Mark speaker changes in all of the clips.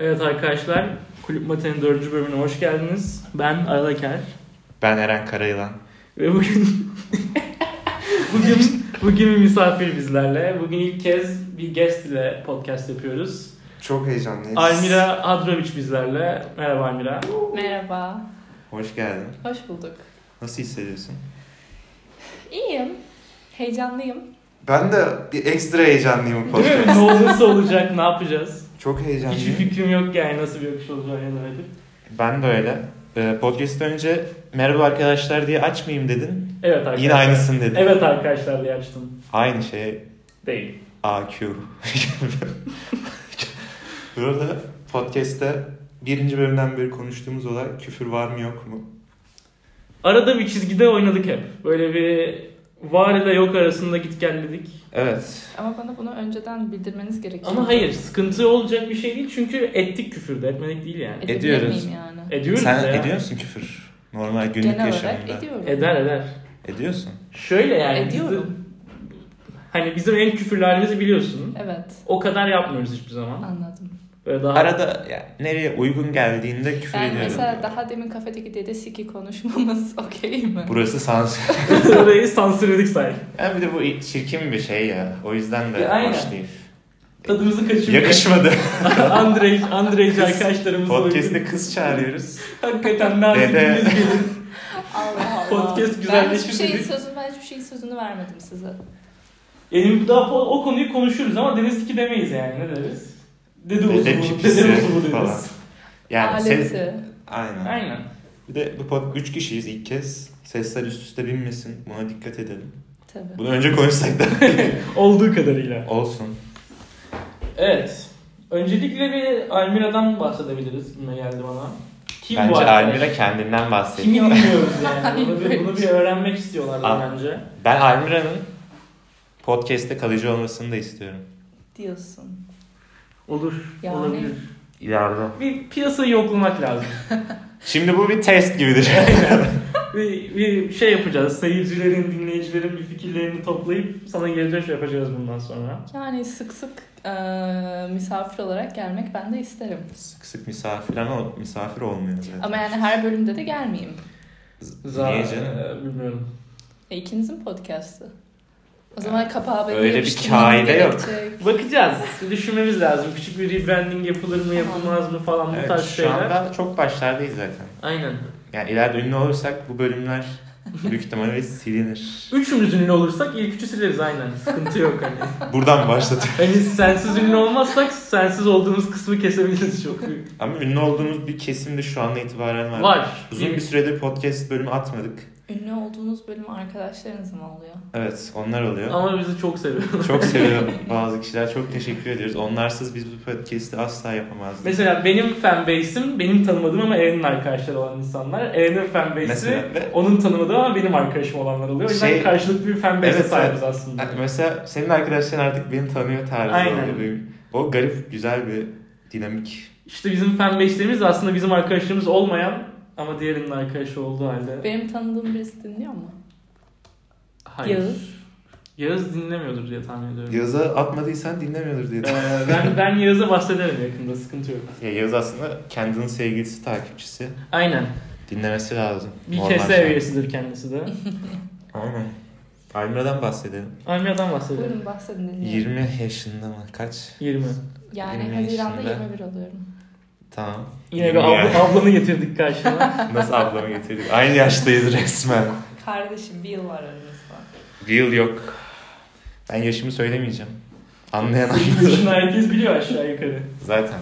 Speaker 1: Evet arkadaşlar, Kulüp Mate'nin 4. bölümüne hoş geldiniz. Ben Aral Aker.
Speaker 2: Ben Eren Karayılan.
Speaker 1: Ve bugün bir misafir bizlerle. Bugün ilk kez bir guest ile podcast yapıyoruz.
Speaker 2: Çok heyecanlıyız.
Speaker 1: Almira Hadroviç bizlerle. Merhaba Almira.
Speaker 3: Merhaba.
Speaker 2: Hoş geldin.
Speaker 3: Hoş bulduk.
Speaker 2: Nasıl hissediyorsun?
Speaker 3: İyiyim. Heyecanlıyım.
Speaker 2: Ben de bir ekstra heyecanlıyım bu
Speaker 1: Değil mi?
Speaker 2: podcast.
Speaker 1: Ne olursa olacak, ne yapacağız?
Speaker 2: Çok heyecanlıyım.
Speaker 1: Hiçbir fikrim yok yani nasıl bir akış olacağına dair.
Speaker 2: Ben de öyle. Podcast'tan önce merhaba arkadaşlar diye açmayayım dedin.
Speaker 1: Evet arkadaşlar.
Speaker 2: Yine aynısını dedin.
Speaker 1: Evet arkadaşlar diye açtım.
Speaker 2: Aynı şey.
Speaker 1: Değil.
Speaker 2: AQ. Burada podcast'te 1. bölümden beri konuştuğumuz olay küfür var mı yok mu?
Speaker 1: Arada bir çizgide oynadık hep. Böyle bir var ile yok arasında git gel dedik.
Speaker 2: Evet.
Speaker 3: Ama bana bunu önceden bildirmeniz gerekiyor.
Speaker 1: Ama hayır, sıkıntı olacak bir şey değil çünkü ettik küfürde, etmedik değil yani.
Speaker 3: Edebilir
Speaker 2: Ediyoruz.
Speaker 3: miyim yani?
Speaker 1: Ediyoruz
Speaker 2: Sen
Speaker 1: ya.
Speaker 2: ediyor musun küfür? Normal günlük
Speaker 3: Genel olarak
Speaker 2: yaşamında.
Speaker 3: ediyorum.
Speaker 1: Eder.
Speaker 2: Ediyorsun.
Speaker 1: Şöyle yani.
Speaker 3: Ediyorum.
Speaker 1: Hani bizim en küfürlü halimizi biliyorsun.
Speaker 3: Evet.
Speaker 1: O kadar yapmıyoruz hiçbir zaman.
Speaker 3: Anladım.
Speaker 1: Böyle daha...
Speaker 2: Arada yani nereye uygun geldiğinde küfür
Speaker 3: Yani
Speaker 2: ediyorum.
Speaker 3: mesela daha demin kafedeki dede siki konuşmamız okey mi?
Speaker 2: Burası sansür.
Speaker 1: Orayı sansürledik say.
Speaker 2: Yani bir de bu çirkin bir şey ya. O yüzden de
Speaker 1: Ya aynen.
Speaker 2: hoş değil.
Speaker 1: Tadımızı kaçırdık.
Speaker 2: Yakışmadı.
Speaker 1: Andrei arkadaşlarımızla
Speaker 2: Podcast'te kız çağırıyoruz.
Speaker 1: Hakikaten nazikliğiniz
Speaker 2: Dede.
Speaker 1: gelin.
Speaker 3: Allah Allah.
Speaker 1: Podcast
Speaker 3: Ben
Speaker 1: güzelleşir
Speaker 3: hiçbir şeyin
Speaker 1: dedik.
Speaker 3: sözünü vermedim size.
Speaker 1: Yani daha o konuyu konuşuruz ama deniz ki demeyiz yani. Ne deriz? Dede usulü.
Speaker 2: Dede pipisi
Speaker 1: Dede usulü
Speaker 2: falan.
Speaker 1: deriz.
Speaker 2: Yani
Speaker 3: Aleti.
Speaker 2: Aynen.
Speaker 1: Aynen.
Speaker 2: Bir de bu 3 kişiyiz ilk kez. Sesler üst üste binmesin. Buna dikkat edelim.
Speaker 3: Tabii.
Speaker 2: Bunu önce konuşsak da
Speaker 1: Olduğu kadarıyla.
Speaker 2: olsun.
Speaker 1: Evet. Öncelikle bir Almira'dan bahsedebiliriz. Gibime geldi bana. Kim bu
Speaker 2: Bence
Speaker 1: arkadaş?
Speaker 2: Almira kendinden bahsediyor.
Speaker 1: Kimi bilmiyoruz yani. Bunu bir öğrenmek istiyorlar bence.
Speaker 2: Ben Almira'nın podcast'te kalıcı olmasını da istiyorum.
Speaker 3: Diyorsun.
Speaker 1: Olur.
Speaker 3: Yani-
Speaker 1: Olabilir.
Speaker 2: İleride.
Speaker 1: Bir piyasayı yoklamak lazım.
Speaker 2: Şimdi bu bir test gibidir.
Speaker 1: bir şey yapacağız. Seyircilerin, dinleyicilerin bir fikirlerini toplayıp sana geri dönüş yapacağız bundan sonra.
Speaker 3: Yani sık sık misafir olarak gelmek ben de isterim.
Speaker 2: Sık sık misafir ama misafir olmuyor zaten.
Speaker 3: Ama yani her bölümde de gelmeyeyim.
Speaker 2: Niye canım?
Speaker 1: Bilmiyorum.
Speaker 3: İkinizin podcast'ı. O zaman kapağı böyle
Speaker 2: öyle bir
Speaker 3: yapıştırmanız
Speaker 2: kaide yok.
Speaker 3: gerekecek.
Speaker 1: Bakacağız. Düşünmemiz lazım. Küçük bir rebranding yapılır mı yapılmaz mı falan bu
Speaker 2: Evet,
Speaker 1: tarz
Speaker 2: şu
Speaker 1: şeyler.
Speaker 2: anda çok başlardayız zaten.
Speaker 1: Aynen.
Speaker 2: Yani ileride ünlü olursak bu bölümler büyük ihtimalle silinir.
Speaker 1: Üçümüz ünlü olursak ilk üçü sileriz aynen. Sıkıntı yok hani.
Speaker 2: Buradan başlatıyorum.
Speaker 1: Hani sensiz ünlü olmazsak sensiz olduğumuz kısmı kesebiliriz çok büyük.
Speaker 2: Ama ünlü olduğumuz bir kesim de şu anda itibaren var.
Speaker 1: Var.
Speaker 2: Uzun bir süredir podcast bölümü atmadık.
Speaker 3: Ünlü olduğunuz bölüm arkadaşlarınız mı oluyor?
Speaker 2: Evet, onlar oluyor.
Speaker 1: Ama bizi çok seviyor.
Speaker 2: Çok seviyor bazı kişiler. Çok teşekkür ediyoruz. Onlarsız biz bu podcast'i asla yapamazdık.
Speaker 1: Mesela benim fanbase'im benim tanımadığım ama Eren'in arkadaşları olan insanlar. Eren'in fanbase'i
Speaker 2: Mesela
Speaker 1: onun tanımadığı ama benim arkadaşım olanlar oluyor. O yüzden karşılıklı bir fanbase'e
Speaker 2: Evet,
Speaker 1: sahibiz
Speaker 2: evet.
Speaker 1: aslında.
Speaker 2: Yani mesela senin arkadaşların artık beni tanıyor tarzı
Speaker 1: Aynen.
Speaker 2: oluyor. Benim. O garip, güzel bir dinamik.
Speaker 1: İşte bizim fanbase'lerimiz de aslında bizim arkadaşlarımız olmayan ama diğerinin arkadaşı olduğu halde.
Speaker 3: Benim tanıdığım birisi dinliyor mu?
Speaker 1: Hayır.
Speaker 3: Yağız.
Speaker 1: Yağız dinlemiyordur diye tahmin ediyorum.
Speaker 2: Yağız'a atmadıysan dinlemiyordur diye.
Speaker 1: Ben Yağız'a bahsederim yakında, sıkıntı yok.
Speaker 2: Yağız aslında kendinin sevgilisi, takipçisi.
Speaker 1: Aynen.
Speaker 2: Dinlemesi lazım.
Speaker 1: Bir
Speaker 2: Normal
Speaker 1: kese
Speaker 2: şey.
Speaker 1: üyesidir kendisi de.
Speaker 2: Aynen. Almira'dan bahsedelim.
Speaker 1: Almira'dan bahsedelim.
Speaker 3: Buyurun bahsedin dinliyorum.
Speaker 2: 20 yaşında mı? Kaç?
Speaker 1: 20.
Speaker 3: Yani
Speaker 2: 20
Speaker 3: Haziran'da
Speaker 2: yaşında.
Speaker 3: 21 alıyorum.
Speaker 2: Tamam.
Speaker 1: Yine
Speaker 2: 20
Speaker 1: bir
Speaker 2: yani.
Speaker 1: ablanı getirdik karşına.
Speaker 2: Nasıl ablamı getirdik? Aynı yaştayız resmen.
Speaker 3: Kardeşim bir yıl var aramızda.
Speaker 2: Bir yıl yok. Ben yaşımı söylemeyeceğim. Anlayan
Speaker 1: Senin
Speaker 2: anladı.
Speaker 1: yaşını herkes biliyor aşağı yukarı.
Speaker 2: Zaten.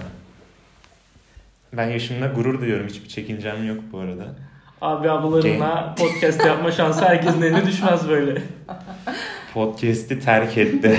Speaker 2: Ben yaşımla gurur duyuyorum. Hiçbir çekincem yok bu arada.
Speaker 1: Abi ablalarınla podcast yapma şansı herkesin eline düşmez böyle.
Speaker 2: Podcast'i terk etti.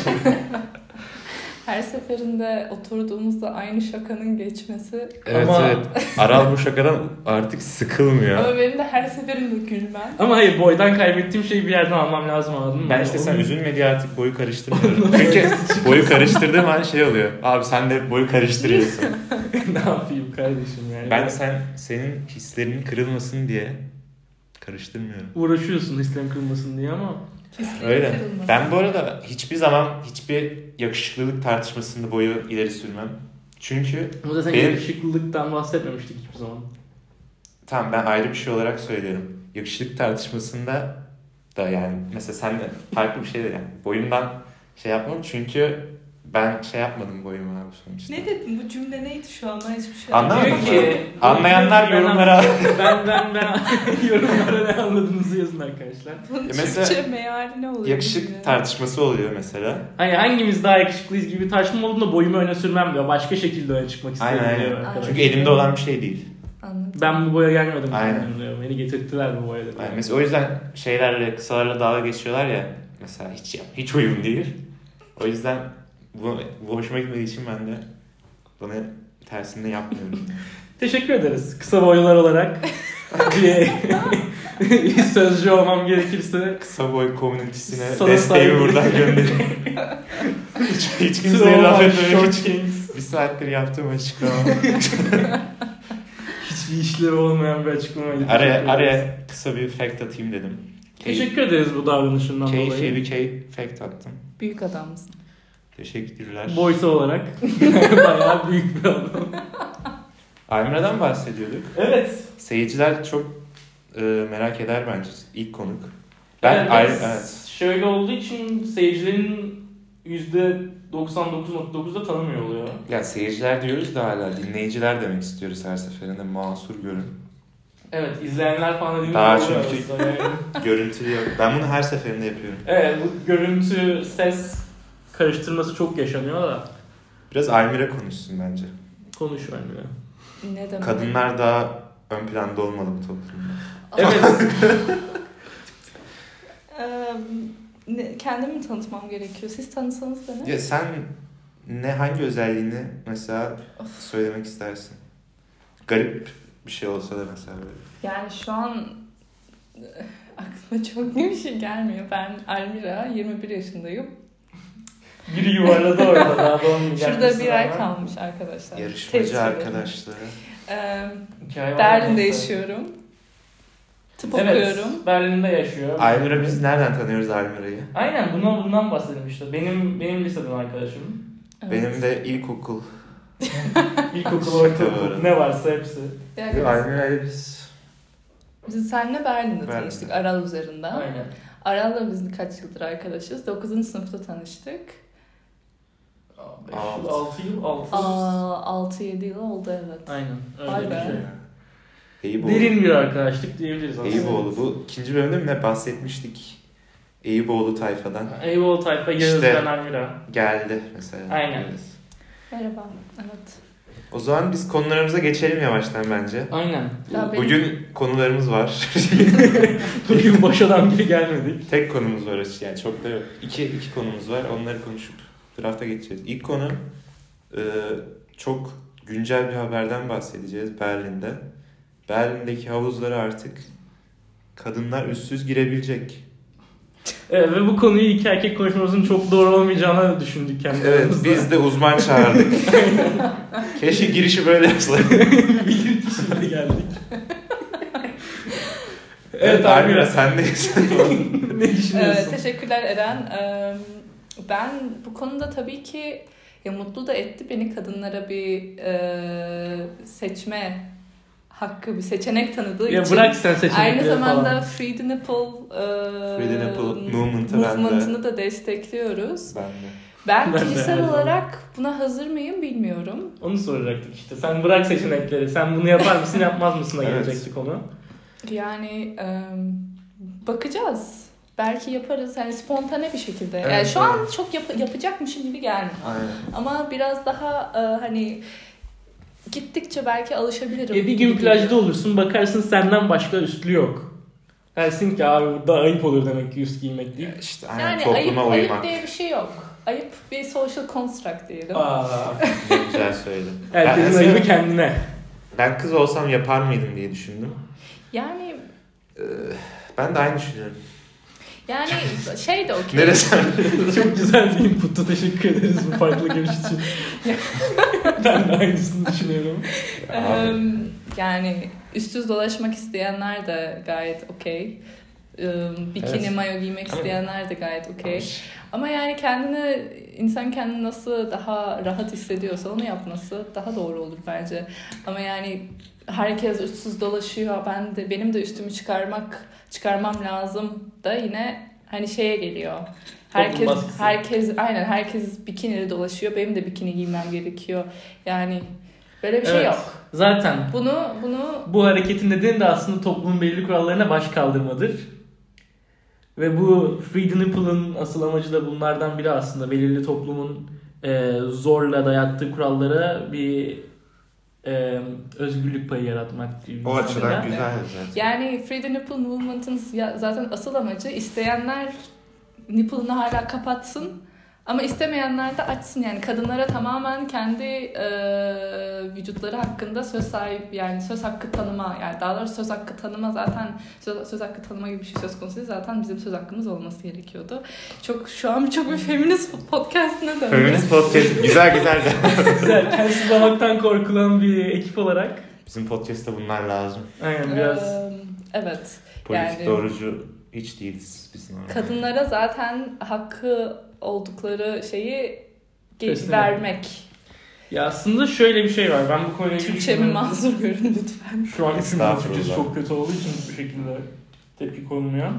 Speaker 3: Her seferinde oturduğumuzda aynı şakanın geçmesi.
Speaker 2: Evet
Speaker 1: Ama-
Speaker 2: evet. Aral bu şakadan artık sıkılmıyor.
Speaker 3: Ama benim de her seferinde gülmem.
Speaker 1: Ama hayır, boydan kaybettiğim şeyi bir yerden almam lazım, anladın mı?
Speaker 2: Ben işte sen
Speaker 1: Onun-
Speaker 2: üzülme diye artık boyu karıştırmıyorum. Çünkü boyu karıştırdığım an şey oluyor. Abi sen de boyu karıştırıyorsun.
Speaker 1: Ne yapayım kardeşim yani.
Speaker 2: Ben senin hislerinin kırılmasın diye karıştırmıyorum.
Speaker 1: Uğraşıyorsun hislerin kırılmasın diye ama
Speaker 3: Hislerim
Speaker 2: Öyle.
Speaker 3: kırılmasın.
Speaker 2: Ben bu arada hiçbir zaman hiçbir yakışıklılık tartışmasında boyu ileri sürmem. Çünkü
Speaker 1: Bu da sen yakışıklılıktan bahsetmemiştik hiçbir zaman.
Speaker 2: tamam, ben ayrı bir şey olarak söylüyorum. Yakışıklık tartışmasında da yani mesela sen de farklı bir şey de yani boyundan şey yapmam çünkü ben şey yapmadım boyumu abi sonuçta.
Speaker 3: Ne dedin? Bu cümle neydi şu an? Ben hiçbir şey
Speaker 2: Anlamadım.
Speaker 1: Diyor ki,
Speaker 2: Anlayanlar yorumlara.
Speaker 1: Ben yorumlara ne anladığınızı yazın arkadaşlar.
Speaker 3: Bunun
Speaker 2: Mesela
Speaker 3: Türkçe meali ne oluyor?
Speaker 2: Yakışık tartışması oluyor mesela.
Speaker 1: Hani hangimiz daha yakışıklıyız gibi bir tartışma olduğunda boyumu öne sürmem diyor. Başka şekilde öne çıkmak istiyorum
Speaker 2: Aynen
Speaker 1: diyor
Speaker 2: aynen.
Speaker 1: arkadaşlar.
Speaker 2: Çünkü elimde olan bir şey değil.
Speaker 3: Anladım.
Speaker 1: Ben bu boya gelmedim.
Speaker 2: Aynen.
Speaker 1: Diyor. Beni getirttiler bu boya diyor.
Speaker 2: Yani mesela o yüzden şeylerle kısalarla dalga geçiyorlar ya. Mesela hiç uyum değil. O yüzden bu hoşuma gitmediği için ben de bunu tersinde yapmıyorum.
Speaker 1: Teşekkür ederiz. Kısa boylular olarak bir sözcü olmam gerekirse
Speaker 2: Kısa boy komünitesine
Speaker 1: sana
Speaker 2: desteğimi
Speaker 1: saygı-
Speaker 2: buradan göndereyim. hiç kimseye laf etmemek için bir saattir yaptığım açıklama.
Speaker 1: hiçbir işlevi olmayan bir açıklamaydı.
Speaker 2: Araya kısa bir fact atayım dedim.
Speaker 1: Teşekkür ederiz bu davranışından
Speaker 2: Keyfi
Speaker 1: dolayı.
Speaker 2: bir fact attım.
Speaker 3: Büyük adamsın.
Speaker 2: Teşekkürler.
Speaker 1: Boysa olarak bayağı büyük bir adam.
Speaker 2: Almira'dan bahsediyorduk.
Speaker 1: Evet.
Speaker 2: Seyirciler çok merak eder bence ilk konuk.
Speaker 1: Evet. Şöyle olduğu için seyircilerin %99.9'da tanımıyor oluyor.
Speaker 2: Ya seyirciler diyoruz da hala dinleyiciler demek istiyoruz her seferinde. Masur görün.
Speaker 1: Evet, izleyenler falan dediğimiz
Speaker 2: Daha
Speaker 1: oluyor
Speaker 2: çünkü-
Speaker 1: aslında yani.
Speaker 2: Görüntülü yok. Ben bunu her seferinde yapıyorum.
Speaker 1: Evet, bu görüntü, ses karıştırması çok yaşanıyor da.
Speaker 2: Biraz Almira konuşsun bence.
Speaker 1: Konuş benimle.
Speaker 3: Ne demek?
Speaker 2: Kadınlar daha ön planda olmalı bu toplumda.
Speaker 1: Evet.
Speaker 3: Kendimi mi tanıtmam gerekiyor? Siz tanısanız beni.
Speaker 2: Ya sen hangi özelliğini mesela söylemek istersin? Garip bir şey olsa da mesela böyle.
Speaker 3: Yani şu an aklıma çok bir şey gelmiyor. Ben Almira, 21 yaşındayım.
Speaker 1: Biri yuvarladı orada daha doğum
Speaker 3: Şurada bir ay kalmış arkadaşlar.
Speaker 2: Yarışmacı
Speaker 3: Tepsi
Speaker 2: arkadaşları.
Speaker 3: Berlin'de yaşıyorum. Tıp okuyorum.
Speaker 1: Berlin'de yaşıyor.
Speaker 2: Almira, biz nereden tanıyoruz Almira'yı?
Speaker 1: Aynen bundan bahsedelim işte. Benim liseden arkadaşım.
Speaker 3: Evet.
Speaker 2: Benim de ilkokul.
Speaker 1: İlkokul,
Speaker 2: Şaka
Speaker 1: ortaokul
Speaker 2: var.
Speaker 1: ne varsa hepsi.
Speaker 3: Yani
Speaker 2: Almira'yla biz...
Speaker 3: biz seninle Berlin'de
Speaker 2: Berlin'de.
Speaker 3: tanıştık Aral üzerinden.
Speaker 1: Aynen.
Speaker 3: Aral'la biz kaç yıldır arkadaşız? 9. sınıfta tanıştık.
Speaker 1: 6 yıl, 6
Speaker 3: 6-7 yıl oldu evet.
Speaker 1: Aynen. Öyle
Speaker 3: Vay
Speaker 1: bir
Speaker 3: be.
Speaker 1: şey.
Speaker 2: Eyüboğlu.
Speaker 1: Derin bir arkadaşlık diyebiliriz aslında.
Speaker 2: Eyüboğlu. Bu ikinci bölümde mi ne bahsetmiştik? Eyüboğlu tayfadan.
Speaker 1: Eyüboğlu tayfa, Yağız,
Speaker 2: İşte-
Speaker 1: ben Almira.
Speaker 2: Geldi mesela.
Speaker 1: Aynen.
Speaker 2: Evet.
Speaker 3: Merhaba. Evet.
Speaker 2: O zaman biz konularımıza geçelim yavaştan bence.
Speaker 1: Aynen.
Speaker 3: Ya benim-
Speaker 2: Bugün konularımız var.
Speaker 1: Bugün boş adam gibi gelmedik.
Speaker 2: Tek konumuz var yani çok da yok. İki konumuz var, onları konuşup drafta geçeceğiz. İlk konu çok güncel bir haberden bahsedeceğiz Berlin'de. Berlin'deki havuzlara artık kadınlar üstsüz girebilecek.
Speaker 1: Evet, ve bu konuyu iki erkek konuşmamızın çok doğru olmayacağını düşündük kendi
Speaker 2: Evet,
Speaker 1: aramızda.
Speaker 2: biz de uzman çağırdık. Keşke girişi böyle yapsaydık.
Speaker 1: Bilir kişiyle geldik.
Speaker 2: Evet, Almira sendeyiz.
Speaker 1: Ne düşünüyorsun?
Speaker 3: Teşekkürler Eren. Ben bu konuda tabii ki mutlu da etti beni kadınlara bir seçme hakkı, bir seçenek tanıdığı
Speaker 1: Ya
Speaker 3: için.
Speaker 1: bırak sen seçenekleri
Speaker 3: Aynı zamanda
Speaker 1: falan.
Speaker 3: Free the Nipple,
Speaker 2: Free the Nipple
Speaker 3: movement'ını da destekliyoruz.
Speaker 2: Ben de.
Speaker 3: Ben
Speaker 1: Ben de,
Speaker 3: kişisel
Speaker 1: evet.
Speaker 3: olarak buna hazır mıyım bilmiyorum.
Speaker 1: Onu soracaktık işte. Sen bırak seçenekleri. Sen bunu yapar mısın yapmaz mısın da
Speaker 2: Evet.
Speaker 1: gelecekti konu.
Speaker 3: Yani bakacağız. Belki yaparız yani spontane bir şekilde.
Speaker 2: Evet,
Speaker 3: Yani şu an
Speaker 2: evet.
Speaker 3: çok yapacakmışım gibi gelmiyor.
Speaker 2: Aynen.
Speaker 3: Ama biraz daha hani gittikçe belki alışabilirim.
Speaker 1: Bir gün
Speaker 3: gibi
Speaker 1: plajda
Speaker 3: geliyor.
Speaker 1: olursun bakarsın senden başka üstlü yok. Dersin ki abi burada ayıp olur demek ki üst giymek değil.
Speaker 2: İşte aynen
Speaker 3: Yani
Speaker 2: topluma uymak.
Speaker 3: ayıp diye bir şey yok. Ayıp bir social construct diyelim.
Speaker 1: Aa,
Speaker 2: Ne güzel söyledin.
Speaker 1: herkesin
Speaker 2: Ben-
Speaker 1: ayıbı kendine.
Speaker 2: Ben kız olsam yapar mıydım diye düşündüm.
Speaker 3: Yani
Speaker 2: Ben de aynı düşünüyorum.
Speaker 3: şey de okey.
Speaker 2: Neresi?
Speaker 1: Çok güzel bir inputtu. Teşekkür ederiz bu farklı görüş için. Ben de aynısını düşünüyorum.
Speaker 3: Yani üstsüz dolaşmak isteyenler de gayet okey. Bikini
Speaker 2: Evet.
Speaker 3: mayo giymek
Speaker 2: Ama-
Speaker 3: isteyenler de gayet okey. Ama yani kendini insan kendini nasıl daha rahat hissediyorsa onu yapması daha doğru olur bence. Ama yani herkes üstsüz dolaşıyor. Benim de üstümü çıkarmam lazım da yine hani şeye geliyor. Herkes bikinili dolaşıyor. Benim de bikini giymem gerekiyor. Yani böyle bir şey yok.
Speaker 1: Zaten bu hareketin nedeni de aslında toplumun belirli kurallarına baş kaldırmadır. Ve bu Free the Nipple'ın asıl amacı da bunlardan biri aslında. Belirli toplumun zorla dayattığı kurallara bir özgürlük payı yaratmak.
Speaker 2: O açıdan güzel zaten.
Speaker 3: Yani Free the Nipple Movement'ın zaten asıl amacı isteyenler nipple'ını hala kapatsın ama istemeyenler de açsın. Yani kadınlara tamamen kendi vücutları hakkında söz hakkı tanıma, yani daha doğrusu söz hakkı tanıma zaten söz hakkı tanıma gibi bir şey söz konusu değil. Zaten bizim söz hakkımız olması gerekiyordu. Şu an çok bir feminist podcast'ine döndük.
Speaker 2: Feminist podcast güzel.
Speaker 1: Güzel. Kendisi olmaktan korkulan bir ekip olarak.
Speaker 2: Bizim podcast'ta bunlar lazım.
Speaker 1: Aynen biraz.
Speaker 3: Evet.
Speaker 2: Politik doğrucu hiç değiliz biz.
Speaker 3: Kadınlara zaten hakkı oldukları şeyi vermek.
Speaker 1: Ya aslında şöyle bir şey var. Ben bu konuyla ilgili
Speaker 3: Türkçemi mazur görün lütfen.
Speaker 1: Şu an Türkçesi çok kötü olduğu için bu şekilde tepki konmuyor.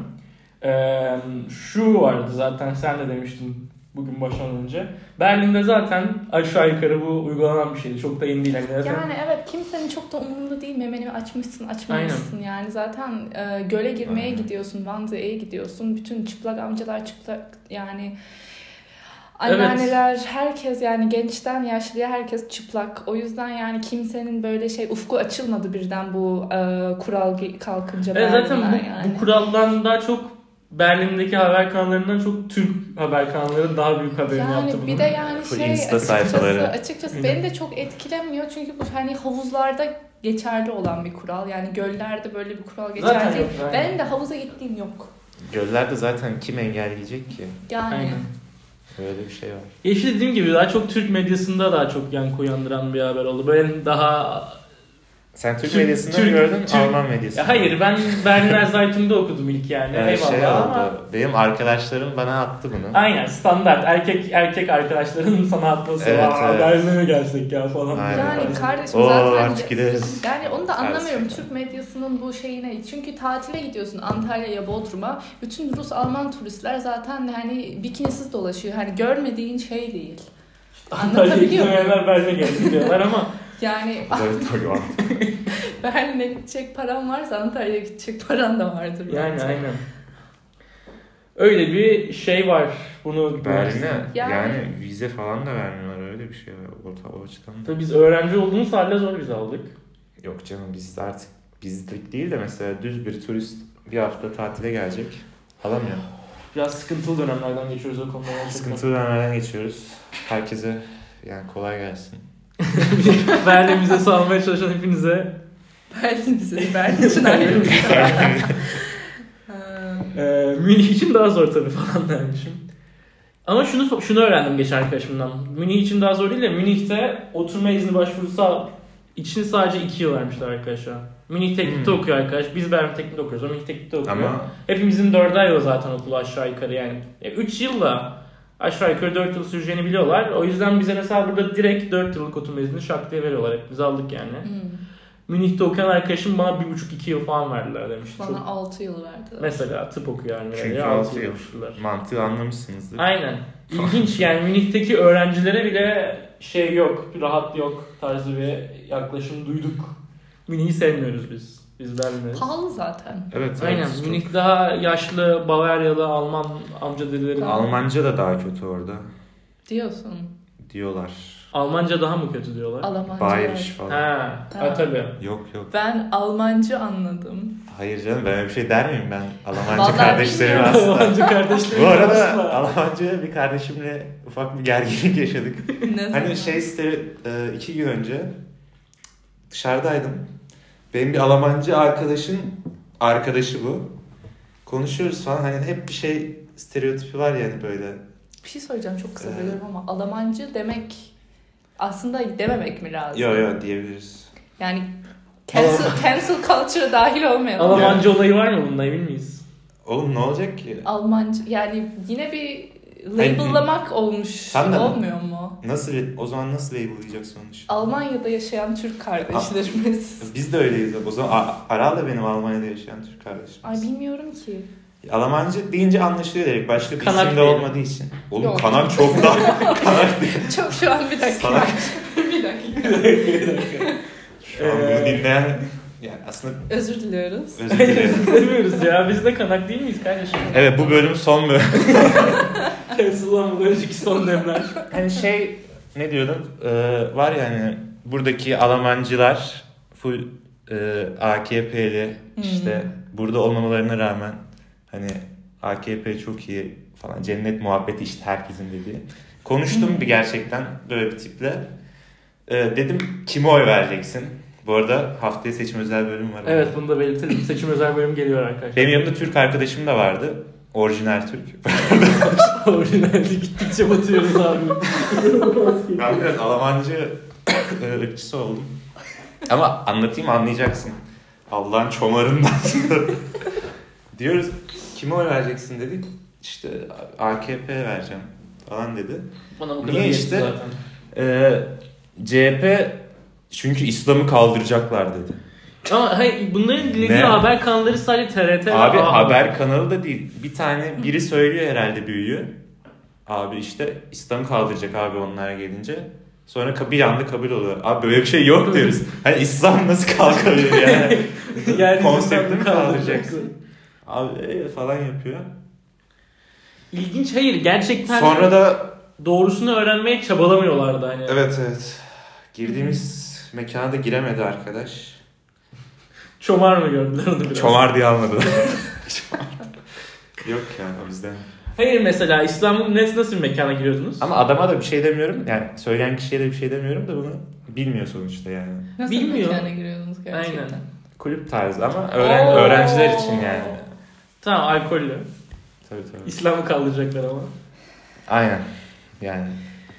Speaker 1: Şu vardı zaten, sen de demiştin bugün başlamadan önce. Berlin'de zaten aşağı yukarı bu uygulanan bir şeydi. Çok da yeni değil.
Speaker 3: Yani evet, kimsenin çok da umurunda değil. Memeni açmışsın, açmamışsın. Aynen. Yani zaten göle girmeye gidiyorsun, Vanzı'ya gidiyorsun. Bütün çıplak amcalar çıplak, yani anneanneler, evet. Herkes, yani gençten yaşlıya herkes çıplak. O yüzden yani kimsenin böyle ufku açılmadı birden bu kural kalkınca.
Speaker 1: Evet, zaten bu kuraldan daha çok Berlin'deki haber kanallarından çok Türk haber kanalları daha büyük haberini yaptı bunu.
Speaker 3: Bir de yani açıkçası beni de çok etkilemiyor. Çünkü bu hani havuzlarda geçerli olan bir kural. Yani göllerde böyle bir kural geçerli değil. Benim de havuza gittiğim yok.
Speaker 2: Göllerde zaten kim engelleyecek ki?
Speaker 3: Yani.
Speaker 1: Aynen.
Speaker 2: Böyle bir şey var.
Speaker 1: İşte dediğim gibi daha çok Türk medyasında daha çok yankı uyandıran bir haber oldu. Böyle daha...
Speaker 2: Sen Türk medyasında mı gördün, Alman medyasında?
Speaker 1: Hayır, ben Berliner Zeitung'da okudum ilk yani.
Speaker 2: Eyvallah ama... Benim arkadaşlarım bana attı bunu.
Speaker 1: Aynen, standart. Erkek arkadaşların sana atması.
Speaker 2: Evet.
Speaker 1: Berlin'e gelsek ya falan.
Speaker 2: Aynen.
Speaker 3: Yani kardeşim zaten...
Speaker 2: artık gideriz.
Speaker 3: Yani onu da anlamıyorum Türk medyasının bu şeyine. Çünkü tatile gidiyorsun Antalya'ya, Bodrum'a. Bütün Rus-Alman turistler zaten hani bikinisiz dolaşıyor. Hani görmediğin şey değil.
Speaker 1: Antalya'ya gitmeyenler Berlin'e gelsin diyorlar ama...
Speaker 3: Yani Berlin'e gidecek param varsa Antalya'ya gidecek paran da vardır.
Speaker 1: Yani bence. Aynen. Öyle bir şey var. Bunu
Speaker 2: Berlin'e yani vize falan da vermiyorlar, öyle bir şey var. O açıdan.
Speaker 1: Tabii biz öğrenci olduğumuz halde zor vize aldık.
Speaker 2: Yok canım, biz artık bizlik değil de mesela düz bir turist bir hafta tatile gelecek. Alamıyor.
Speaker 1: Biraz sıkıntılı dönemlerden geçiyoruz o konuda.
Speaker 2: Sıkıntılı dönemlerden geçiyoruz. Herkese yani kolay gelsin.
Speaker 1: Berlin vizesi almaya çalışan hepinize.
Speaker 3: Berlin için ayrılmış.
Speaker 1: Münih için daha zor tabii falan dermişim. Ama şunu öğrendim geçen arkadaşımdan. Münih için daha zor değil de Münih'te oturma izni başvurusu için sadece 2 yıl vermişler arkadaşlar. Münih Teknik'te okuyor arkadaş. Biz Berlin Teknik'te okuyoruz. O Münih Teknik'te okuyor.
Speaker 2: Ama...
Speaker 1: Hepimizin 4'er yıl zaten okulu aşağı yukarı yani. 3 yılla aşağı yukarı 4 yıl süreceğini biliyorlar. O yüzden bize mesela burada direkt 4 yıllık oturma izni şak diye veriyorlar. Hep biz aldık yani. Münih'te okuyan arkadaşım bana 1,5-2 yıl falan verdiler demiş.
Speaker 3: Bana 6 yıl verdiler.
Speaker 1: Mesela tıp okuyor yani.
Speaker 2: Çünkü 6 yıl. Mantığı anlamışsınızdır.
Speaker 1: Aynen. İlginç yani, Münih'teki öğrencilere bile şey yok, rahat yok tarzı bir yaklaşım duyduk. Münih'i sevmiyoruz biz. Biz Berlin'deyiz.
Speaker 3: Pahalı zaten.
Speaker 2: Evet.
Speaker 1: Aynen. Münih daha yaşlı Bavaryalı Alman amca dedeleri.
Speaker 2: Almanca da daha kötü orada.
Speaker 3: Diyorsun.
Speaker 2: Diyorlar.
Speaker 1: Almanca daha mı kötü diyorlar?
Speaker 3: Almanca.
Speaker 2: Bayerisch falan.
Speaker 1: Ha. Tabii.
Speaker 2: Yok.
Speaker 3: Ben Almanca anladım.
Speaker 2: Hayır canım, ben öyle bir şey der miyim ben? Almancı kardeşlerim aslında.
Speaker 1: Almancı kardeşlerim.
Speaker 2: Bu arada Almancı bir kardeşimle ufak bir gerginlik yaşadık.
Speaker 3: Ne zaman?
Speaker 2: Hani 2 gün önce dışarıdaydım. Benim bir Almancı arkadaşın arkadaşı bu. Konuşuyoruz falan, hani hep bir şey stereotipi var yani böyle.
Speaker 3: Bir şey söyleyeceğim, çok kısa bölüyorum ama Almancı demek aslında dememek mi lazım?
Speaker 2: Yok diyebiliriz.
Speaker 3: Yani cancel culture dahil olmayalım.
Speaker 1: Almancı olayı var mı bunda, emin miyiz?
Speaker 2: Oğlum ne olacak ki?
Speaker 3: Almancı yani yine bir label'lamak olmuş.
Speaker 2: Sen de mi?
Speaker 3: Olmuyor mu?
Speaker 2: Nasıl, o zaman nasıl label'layacaksın onu?
Speaker 3: Almanya'da yaşayan Türk kardeşlerimiz.
Speaker 2: Biz de öyleyiz. O zaman Aral da benim Almanya'da yaşayan Türk kardeşim.
Speaker 3: Ay bilmiyorum ki.
Speaker 2: Almancı deyince anlaşılıyor direkt. Başka bir
Speaker 1: Kanak
Speaker 2: isim de
Speaker 1: değil.
Speaker 2: olmadığı için. Oğlum
Speaker 3: Yok.
Speaker 2: kanak çok daha... kanak değil.
Speaker 3: Çok şu an bir dakika.
Speaker 2: Salak.
Speaker 3: bir dakika.
Speaker 2: Şu an bunu dinleyen... Yani aslında
Speaker 3: Özür diliyoruz.
Speaker 2: özür dilerim.
Speaker 1: Demiyoruz ya. Biz de kanak değil miyiz kardeşim?
Speaker 2: Evet, bu bölüm son bölüm.
Speaker 1: Cancel'lanmadan son demler.
Speaker 2: Hani ne diyordum? Var ya hani buradaki Almancılar full AKP'li işte burada olmamalarına rağmen hani AKP çok iyi falan, cennet muhabbeti işte herkesin dediği. Konuştum bir gerçekten böyle bir tiple. Dedim kime oy vereceksin? Bu arada haftaya seçim özel bölüm var.
Speaker 1: Evet, bunu da belirtelim. Seçim özel bölüm geliyor arkadaşlar.
Speaker 2: Benim yanımda Türk arkadaşım da vardı. Orijinal Türk.
Speaker 1: Orijinalde gittikçe batıyoruz abi.
Speaker 2: Ben biraz Almancı ırkçısı oldum. Ama anlatayım, anlayacaksın. Allah'ın çomarından. Diyoruz kime oy vereceksin dedik. İşte AKP vereceğim falan dedi.
Speaker 1: Bana bu
Speaker 2: Niye
Speaker 1: kadar
Speaker 2: işte?
Speaker 1: yetti zaten.
Speaker 2: CHP çünkü İslam'ı kaldıracaklar dedi.
Speaker 1: Ama hayır, bunların dilediği
Speaker 2: Ne?
Speaker 1: haber kanalları sadece TRT ve
Speaker 2: Abi
Speaker 1: A
Speaker 2: haber kanalı da değil. Bir tane biri söylüyor herhalde büyüğü. Abi işte İslam'ı kaldıracak abi onlar gelince. Sonra bir anda kabul oluyor. Abi böyle bir şey yok diyoruz. Hani İslam nasıl kalkabilir yani?
Speaker 1: Yani
Speaker 2: Konsepti mi
Speaker 1: İslam'ı
Speaker 2: kaldıracaksın? Abi falan yapıyor.
Speaker 1: İlginç, hayır gerçekten
Speaker 2: Sonra da
Speaker 1: doğrusunu öğrenmeye çabalamıyorlardı hani.
Speaker 2: evet. Girdiğimiz mekana da giremedi arkadaş.
Speaker 1: Çomar mı gördüler onu biraz?
Speaker 2: Çomar diye almadılar. Yok ya, o yüzden.
Speaker 1: Hayır, mesela İslam'ın nasıl bir mekana giriyordunuz?
Speaker 2: Ama adama da bir şey demiyorum. Yani söyleyen kişiye de bir şey demiyorum da bunu bilmiyor sonuçta yani.
Speaker 3: Nasıl
Speaker 1: Bilmiyor.
Speaker 3: mekana giriyordunuz gerçekten?
Speaker 1: Aynen.
Speaker 2: Kulüp tarzı ama
Speaker 3: Oo.
Speaker 2: öğrenciler için yani.
Speaker 1: Tamam, alkollü.
Speaker 2: Tabii.
Speaker 1: İslam'ı kaldıracaklar ama.
Speaker 2: Aynen. Yani.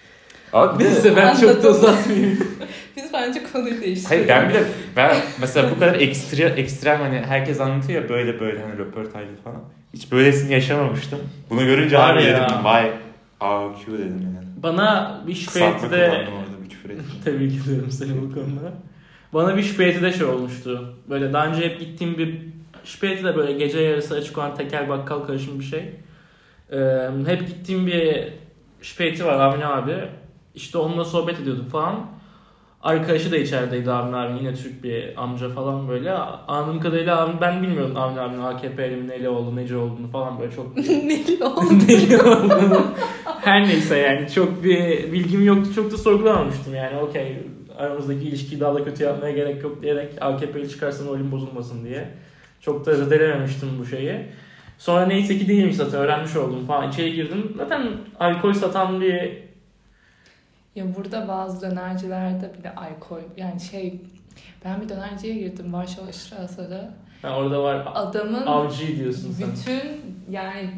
Speaker 2: Abi
Speaker 1: Neyse, ben çok da
Speaker 3: Anladım.
Speaker 1: uzatmayayım.
Speaker 3: Biz bence konuyu değiştirelim.
Speaker 2: hayır ben mesela bu kadar ekstrem hani herkes anlatıyor ya böyle hani röportajlı falan. Hiç böylesini yaşamamıştım. Bunu görünce
Speaker 1: Var
Speaker 2: abi
Speaker 1: ya.
Speaker 2: dedim vay AQ dedim yani.
Speaker 1: Bana bir
Speaker 2: Kısaltma
Speaker 1: şüpheydi de...
Speaker 2: kullandım orada, bir küfür ettim.
Speaker 1: Tebrik ediyorum seni bu konuda. Bana bir şüpheydi de şey olmuştu. Böyle daha önce hep gittiğim bir şüpheydi de böyle gece yarısı açık olan tekel bakkal karışım bir şey. Hep gittiğim bir şüpheydi var, Avni abi. İşte onunla sohbet ediyorduk falan. Arkadaşı da içerideydi Avni abi, yine Türk bir amca falan böyle. Anladığım kadarıyla ben bilmiyorum Avni abinin AKP'li mi neli olduğunu, nece olduğunu falan böyle çok...
Speaker 3: Neli oldu?
Speaker 1: Neli olduğunu. Her neyse yani çok bir bilgim yoktu, çok da sorgulamamıştım yani okey. Aramızdaki ilişkiyi daha da kötü yapmaya gerek yok diyerek AKP'li çıkarsan oyun bozulmasın diye. Çok da zedelememiştim bu şeyi. Sonra neyse ki değilmiş zaten, öğrenmiş oldum falan. İçeri girdim. Zaten alkol satan bir...
Speaker 3: Ya burada bazı dönercilerde bile alkol, yani ben bir dönerciye girdim Varşova Strasse'da.
Speaker 1: Yani orada var
Speaker 3: Adamın
Speaker 1: avcı diyorsun sen.
Speaker 3: bütün yani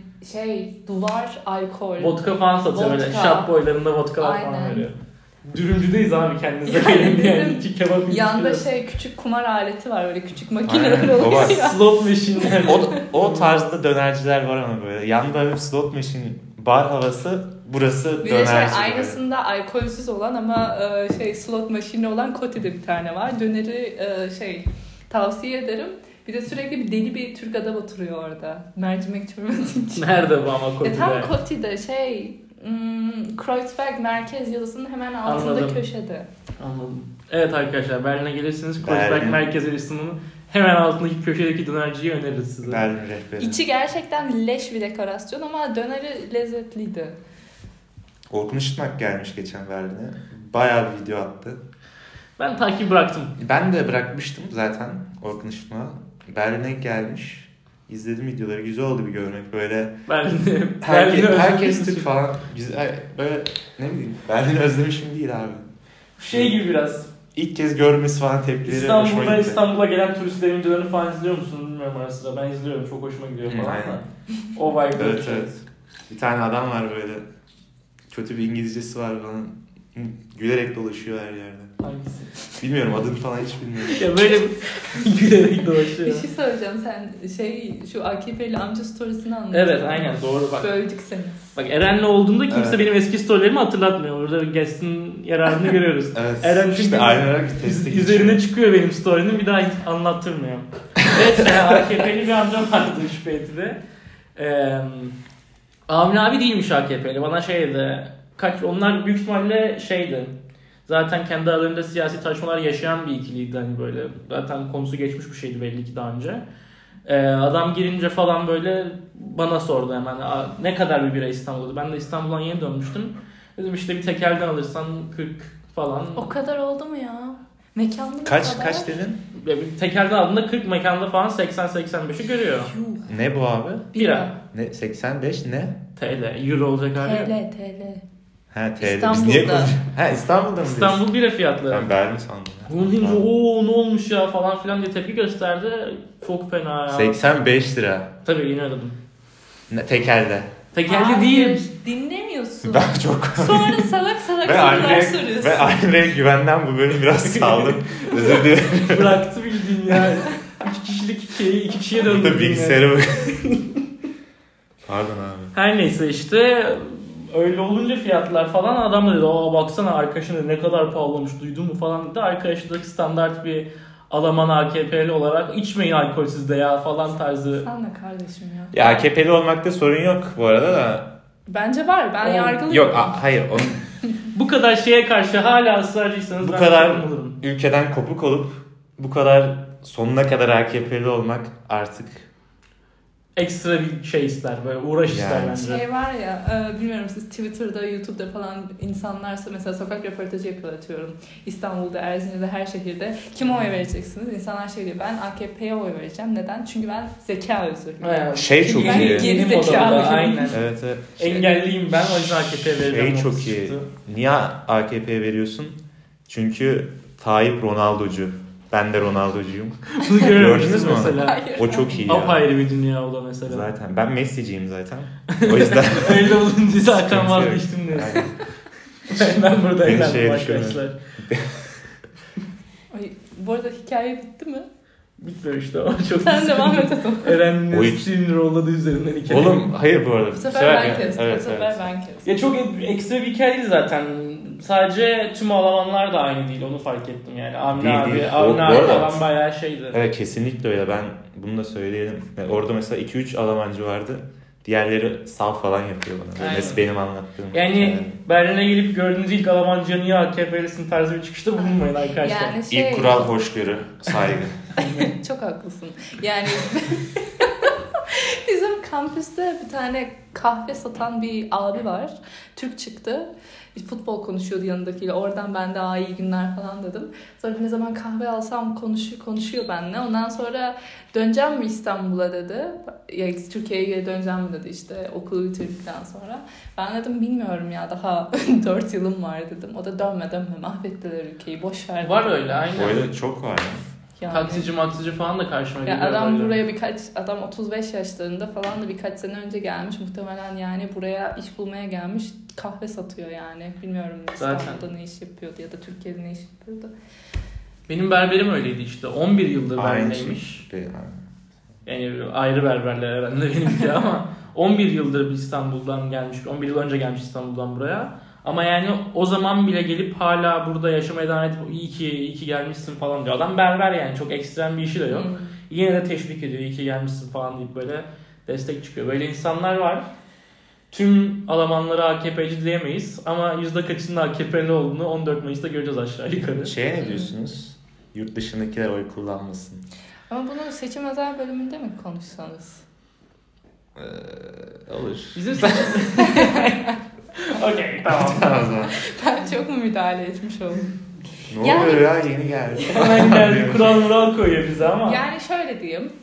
Speaker 3: duvar alkol.
Speaker 1: Vodka falan satıyor böyle.
Speaker 3: Vodka.
Speaker 1: Şap boylarında vodkalar falan
Speaker 3: Aynen.
Speaker 1: veriyor. Dürümcüdeyiz abi, kendinize
Speaker 3: Yani
Speaker 1: gelin
Speaker 3: bizim
Speaker 1: yani. İki kebap
Speaker 3: Yanda
Speaker 1: yiyoruz.
Speaker 3: küçük kumar aleti var, böyle küçük makineler
Speaker 2: Aynen, o
Speaker 3: oluyor
Speaker 2: var.
Speaker 3: ya.
Speaker 1: Slot machine'ler.
Speaker 2: O tarzda dönerciler var ama böyle. Yanda bir slot machine bar havası, burası
Speaker 3: Bir de
Speaker 2: dönerci.
Speaker 3: aynısında alkolsüz olan ama slot maşini olan Koti'de bir tane var. Döneri tavsiye ederim. Bir de sürekli bir deli bir Türk adam oturuyor orada. Mercimek çorbası için.
Speaker 1: Nerede bu ama Koti'de?
Speaker 3: Tam Koti'de Kreuzberg merkez yazısının hemen altında
Speaker 1: Anladım.
Speaker 3: köşede.
Speaker 1: Anladım. Evet arkadaşlar, Berlin'e gelirsiniz.
Speaker 2: Berlin.
Speaker 1: Kreuzberg merkez istasyonunun hemen altındaki köşedeki dönerciyi öneririz size.
Speaker 2: Berlin rehberi.
Speaker 3: İçi gerçekten leş bir dekorasyon ama döneri lezzetliydi.
Speaker 2: Orkun Işıtmak gelmiş geçen Berlin'e. Bayağı bir video attı.
Speaker 1: Ben takip bıraktım.
Speaker 2: Ben de bırakmıştım zaten Orkun Işıtmak'a. Berlin'e gelmiş. İzledim videoları. Güzel oldu bir görmek. Böyle
Speaker 1: Berlin'e
Speaker 2: herkes Türk falan. Güzel, böyle ne bileyim. Berlin'i özlemişim değil abi.
Speaker 1: Şey gibi biraz.
Speaker 2: İlk kez görmesi falan tepkileri hoşuma gitti.
Speaker 1: İstanbul'a gelen turistlerin videolarını falan izliyor musun bilmiyorum ara sıra. Ben izliyorum. Çok hoşuma gidiyor falan.
Speaker 2: Aynen.
Speaker 1: O vibe.
Speaker 2: Evet. Bir tane adam var böyle. Kötü bir İngilizcesi var falan. Gülerek dolaşıyor her yerde.
Speaker 1: Hangisi?
Speaker 2: Bilmiyorum adını falan hiç bilmiyorum.
Speaker 1: Ya böyle gülerek dolaşıyor.
Speaker 3: Bir şey söyleyeceğim. Sen şu AKP'li amca storiesini anladın.
Speaker 1: Evet aynen doğru bak.
Speaker 3: Böldük seni.
Speaker 1: Bak Eren'le olduğumda kimse
Speaker 2: Evet.
Speaker 1: benim eski storylerimi hatırlatmıyor. Orada guest'in yararını görüyoruz.
Speaker 2: Evet.
Speaker 1: Eren çünkü
Speaker 2: işte aynı olarak bir teste
Speaker 1: üzerine çıkıyor benim story'nin bir daha hiç anlattırmıyor. Evet AKP'li bir amcam vardı Şüpheyti'de. Amin abi değilmiş AKP'li. Bana şeydi. Onlar büyük ihtimalle şeydi. Zaten kendi aralarında siyasi tartışmalar yaşayan bir ikiliydi hani böyle. Zaten konusu geçmiş bir şeydi belli ki daha önce. Adam girince falan böyle bana sordu hemen. Ne kadar bir bira İstanbul'da? Ben de İstanbul'dan yeni dönmüştüm. Dedim işte bir tekelden alırsan 40 falan.
Speaker 3: O kadar oldu mu ya? Mekanlı mı
Speaker 2: Kaç
Speaker 3: kadar?
Speaker 2: kaç dedin?
Speaker 1: Bir tekelden aldığında 40 mekanda falan 80-85'i görüyor.
Speaker 3: Yuh.
Speaker 2: Ne bu abi?
Speaker 1: Bira.
Speaker 2: Ne 85 ne?
Speaker 1: TL. Euro olacak hali yok.
Speaker 3: TL.
Speaker 2: Ha TL. Biz
Speaker 3: İstanbul'da.
Speaker 2: niye konuşuyoruz? Ha İstanbul'da mı?
Speaker 1: İstanbul bira fiyatları.
Speaker 2: Ben Berlin sandım.
Speaker 1: Bunu deyince ooo ne olmuş ya falan filan diye tepki gösterdi. Çok fena ya.
Speaker 2: 85 lira.
Speaker 1: Tabii yine ödedim.
Speaker 2: Tekelde.
Speaker 1: Tekelli değil.
Speaker 3: Dinlemiyorsun.
Speaker 2: Ben çok...
Speaker 3: Sonra salak
Speaker 2: Ben
Speaker 3: sorular soruyorsun.
Speaker 2: Almire güvenden bu bölüm biraz saldım. Özür dilerim.
Speaker 1: Bıraktı bildiğin ya. 3 kişilik şeyi 2 kişiye döndürdüm.
Speaker 2: Burada bilgisayara bak. Pardon abi.
Speaker 1: Her neyse işte öyle olunca fiyatlar falan adam da dedi baksana arkadaşın da ne kadar pahalımış duydun mu falan dedi. Arkadaşı da standart bir Alman AKP'li olarak içmeyin alkolsüz de ya falan tarzı.
Speaker 3: Sen de kardeşim ya.
Speaker 2: Ya AKP'li olmakta sorun yok bu arada da.
Speaker 3: Bence var. Ben yargılıyorum.
Speaker 2: Yok hayır.
Speaker 1: Bu kadar şeye karşı hala ısrarcıysanız
Speaker 2: Bu
Speaker 1: ben
Speaker 2: kadar
Speaker 1: sorun olurum.
Speaker 2: ülkeden kopuk olup bu kadar sonuna kadar AKP'li olmak artık
Speaker 1: Ekstra bir şey ister böyle uğraş ister
Speaker 2: Yani.
Speaker 1: bence.
Speaker 3: Şey var ya, bilmiyorum siz Twitter'da, YouTube'da falan insanlar mesela sokak röportajı yapıyor atıyorum. İstanbul'da, Erzincan'da, her şehirde. Kime oy vereceksiniz? İnsanlar şey diyor, ben AKP'ye oy vereceğim. Neden? Çünkü ben zeka özürlüyüm.
Speaker 1: Evet.
Speaker 2: Şey çok
Speaker 3: Ben
Speaker 2: iyi.
Speaker 3: geri
Speaker 1: Modada,
Speaker 3: zekalıyım.
Speaker 1: aynen.
Speaker 2: Evet.
Speaker 1: Engelliyim ben o yüzden AKP'ye vereceğim.
Speaker 2: Şey çok iyi. Niye AKP'ye veriyorsun? Çünkü Tayyip Ronaldocu. Ben de Ronaldo'cuyum.
Speaker 1: Bunu
Speaker 2: Gördünüz mü?
Speaker 1: mesela.
Speaker 3: Hayır.
Speaker 2: O çok iyi ya.
Speaker 1: Apayrı bir dünya o da mesela.
Speaker 2: Zaten. Ben Messi'ciyim zaten. O yüzden
Speaker 1: Öyle olunca zaten
Speaker 2: Sıkıntı yok.
Speaker 1: vazgeçtim diyorsun.
Speaker 2: Aynen.
Speaker 1: Ben burada
Speaker 2: Beni
Speaker 1: eğlendim
Speaker 2: şeye
Speaker 1: arkadaşlar.
Speaker 3: Ay, bu arada hikaye bitti mi?
Speaker 1: Bitmemişti ama çok
Speaker 3: Sen devam et adam.
Speaker 1: Eren'in
Speaker 2: O-
Speaker 1: Steam rolladı üzerinden hikaye.
Speaker 2: Oğlum hayır bu arada.
Speaker 3: Bu sefer ben kestim.
Speaker 2: Evet,
Speaker 3: Bu sefer
Speaker 2: evet.
Speaker 3: ben kestim.
Speaker 1: Ya çok ekstra bir hikaye değil zaten. Sadece tüm Almanlar da aynı değil. Onu fark ettim yani. Avni
Speaker 2: Değil,
Speaker 1: abi,
Speaker 2: değil.
Speaker 1: Avni
Speaker 2: Bu
Speaker 1: abi
Speaker 2: arada-
Speaker 1: falan bayağı şeydi.
Speaker 2: Evet kesinlikle öyle. Ben bunu da söyleyelim. Yani orada mesela 2-3 Almancı vardı. Diğerleri sal falan yapıyor bana. Böyle
Speaker 1: Aynen.
Speaker 2: mesela benim anlattığım.
Speaker 1: Yani Berlin'e gelip gördüğünüz ilk Almanca niye AKP'lisin tarzı bir çıkışta bulunmayın arkadaşlar.
Speaker 3: Yani
Speaker 2: İlk kural hoşgörü, saygı.
Speaker 3: Çok haklısın. Yani bizim kampüste bir tane kahve satan bir abi var. Türk çıktı. Bir futbol konuşuyordu yanındakiyle. Oradan ben de iyi günler falan dedim. Sonra ne zaman kahve alsam konuşuyor benimle. Ondan sonra döneceğim mi İstanbul'a dedi. Ya Türkiye'ye geri döneceğim mi dedi işte okulu bitirdikten sonra. Ben dedim bilmiyorum ya daha 4 yılım var dedim. O da dönme mahvettiler ülkeyi boş ver.
Speaker 1: Var
Speaker 3: dedi.
Speaker 1: öyle aynen.
Speaker 2: Öyle çok var ya.
Speaker 3: Yani.
Speaker 1: Taksici falan da karşıma
Speaker 3: Ya
Speaker 1: geliyor
Speaker 3: adam
Speaker 1: böyle.
Speaker 3: buraya adam 35 yaşlarında falan da birkaç sene önce gelmiş muhtemelen yani buraya iş bulmaya gelmiş kahve satıyor yani bilmiyorum
Speaker 1: Zaten.
Speaker 3: İstanbul'da ne iş yapıyordu ya da Türkiye'de ne iş yapıyordu.
Speaker 1: Benim berberim öyleydi işte. 11 yıldır
Speaker 2: Aynı
Speaker 1: Berlin'deymiş.
Speaker 2: şey.
Speaker 1: Yani ayrı berberler herhalde benimki ama 11 yıldır bir İstanbul'dan gelmiş. 11 yıl önce gelmiş İstanbul'dan buraya. Ama yani o zaman bile gelip hala burada yaşamaya devam edip iyi ki gelmişsin falan diyor. Adam berber yani çok ekstrem bir işi de yok. Yine de teşvik ediyor iyi ki gelmişsin falan deyip böyle destek çıkıyor. Böyle insanlar var. Tüm Almanları AKP'ci diyemeyiz ama %kaçının AKP'li olduğunu 14 Mayıs'ta göreceğiz aşağı yukarı.
Speaker 2: Şeye ne diyorsunuz? Yurt dışındakiler oy kullanmasın.
Speaker 3: Ama bunu seçim özel bölümünde mi konuşsanız?
Speaker 2: Olur.
Speaker 1: Bizim Okey tamam.
Speaker 2: Tamam o zaman.
Speaker 3: Ben çok mu müdahale etmiş oldum?
Speaker 2: Ne
Speaker 3: Yani-
Speaker 2: oluyor ya yeni geldi.
Speaker 1: Hemen geldi kural koyuyor bize ama.
Speaker 3: Yani şöyle diyeyim.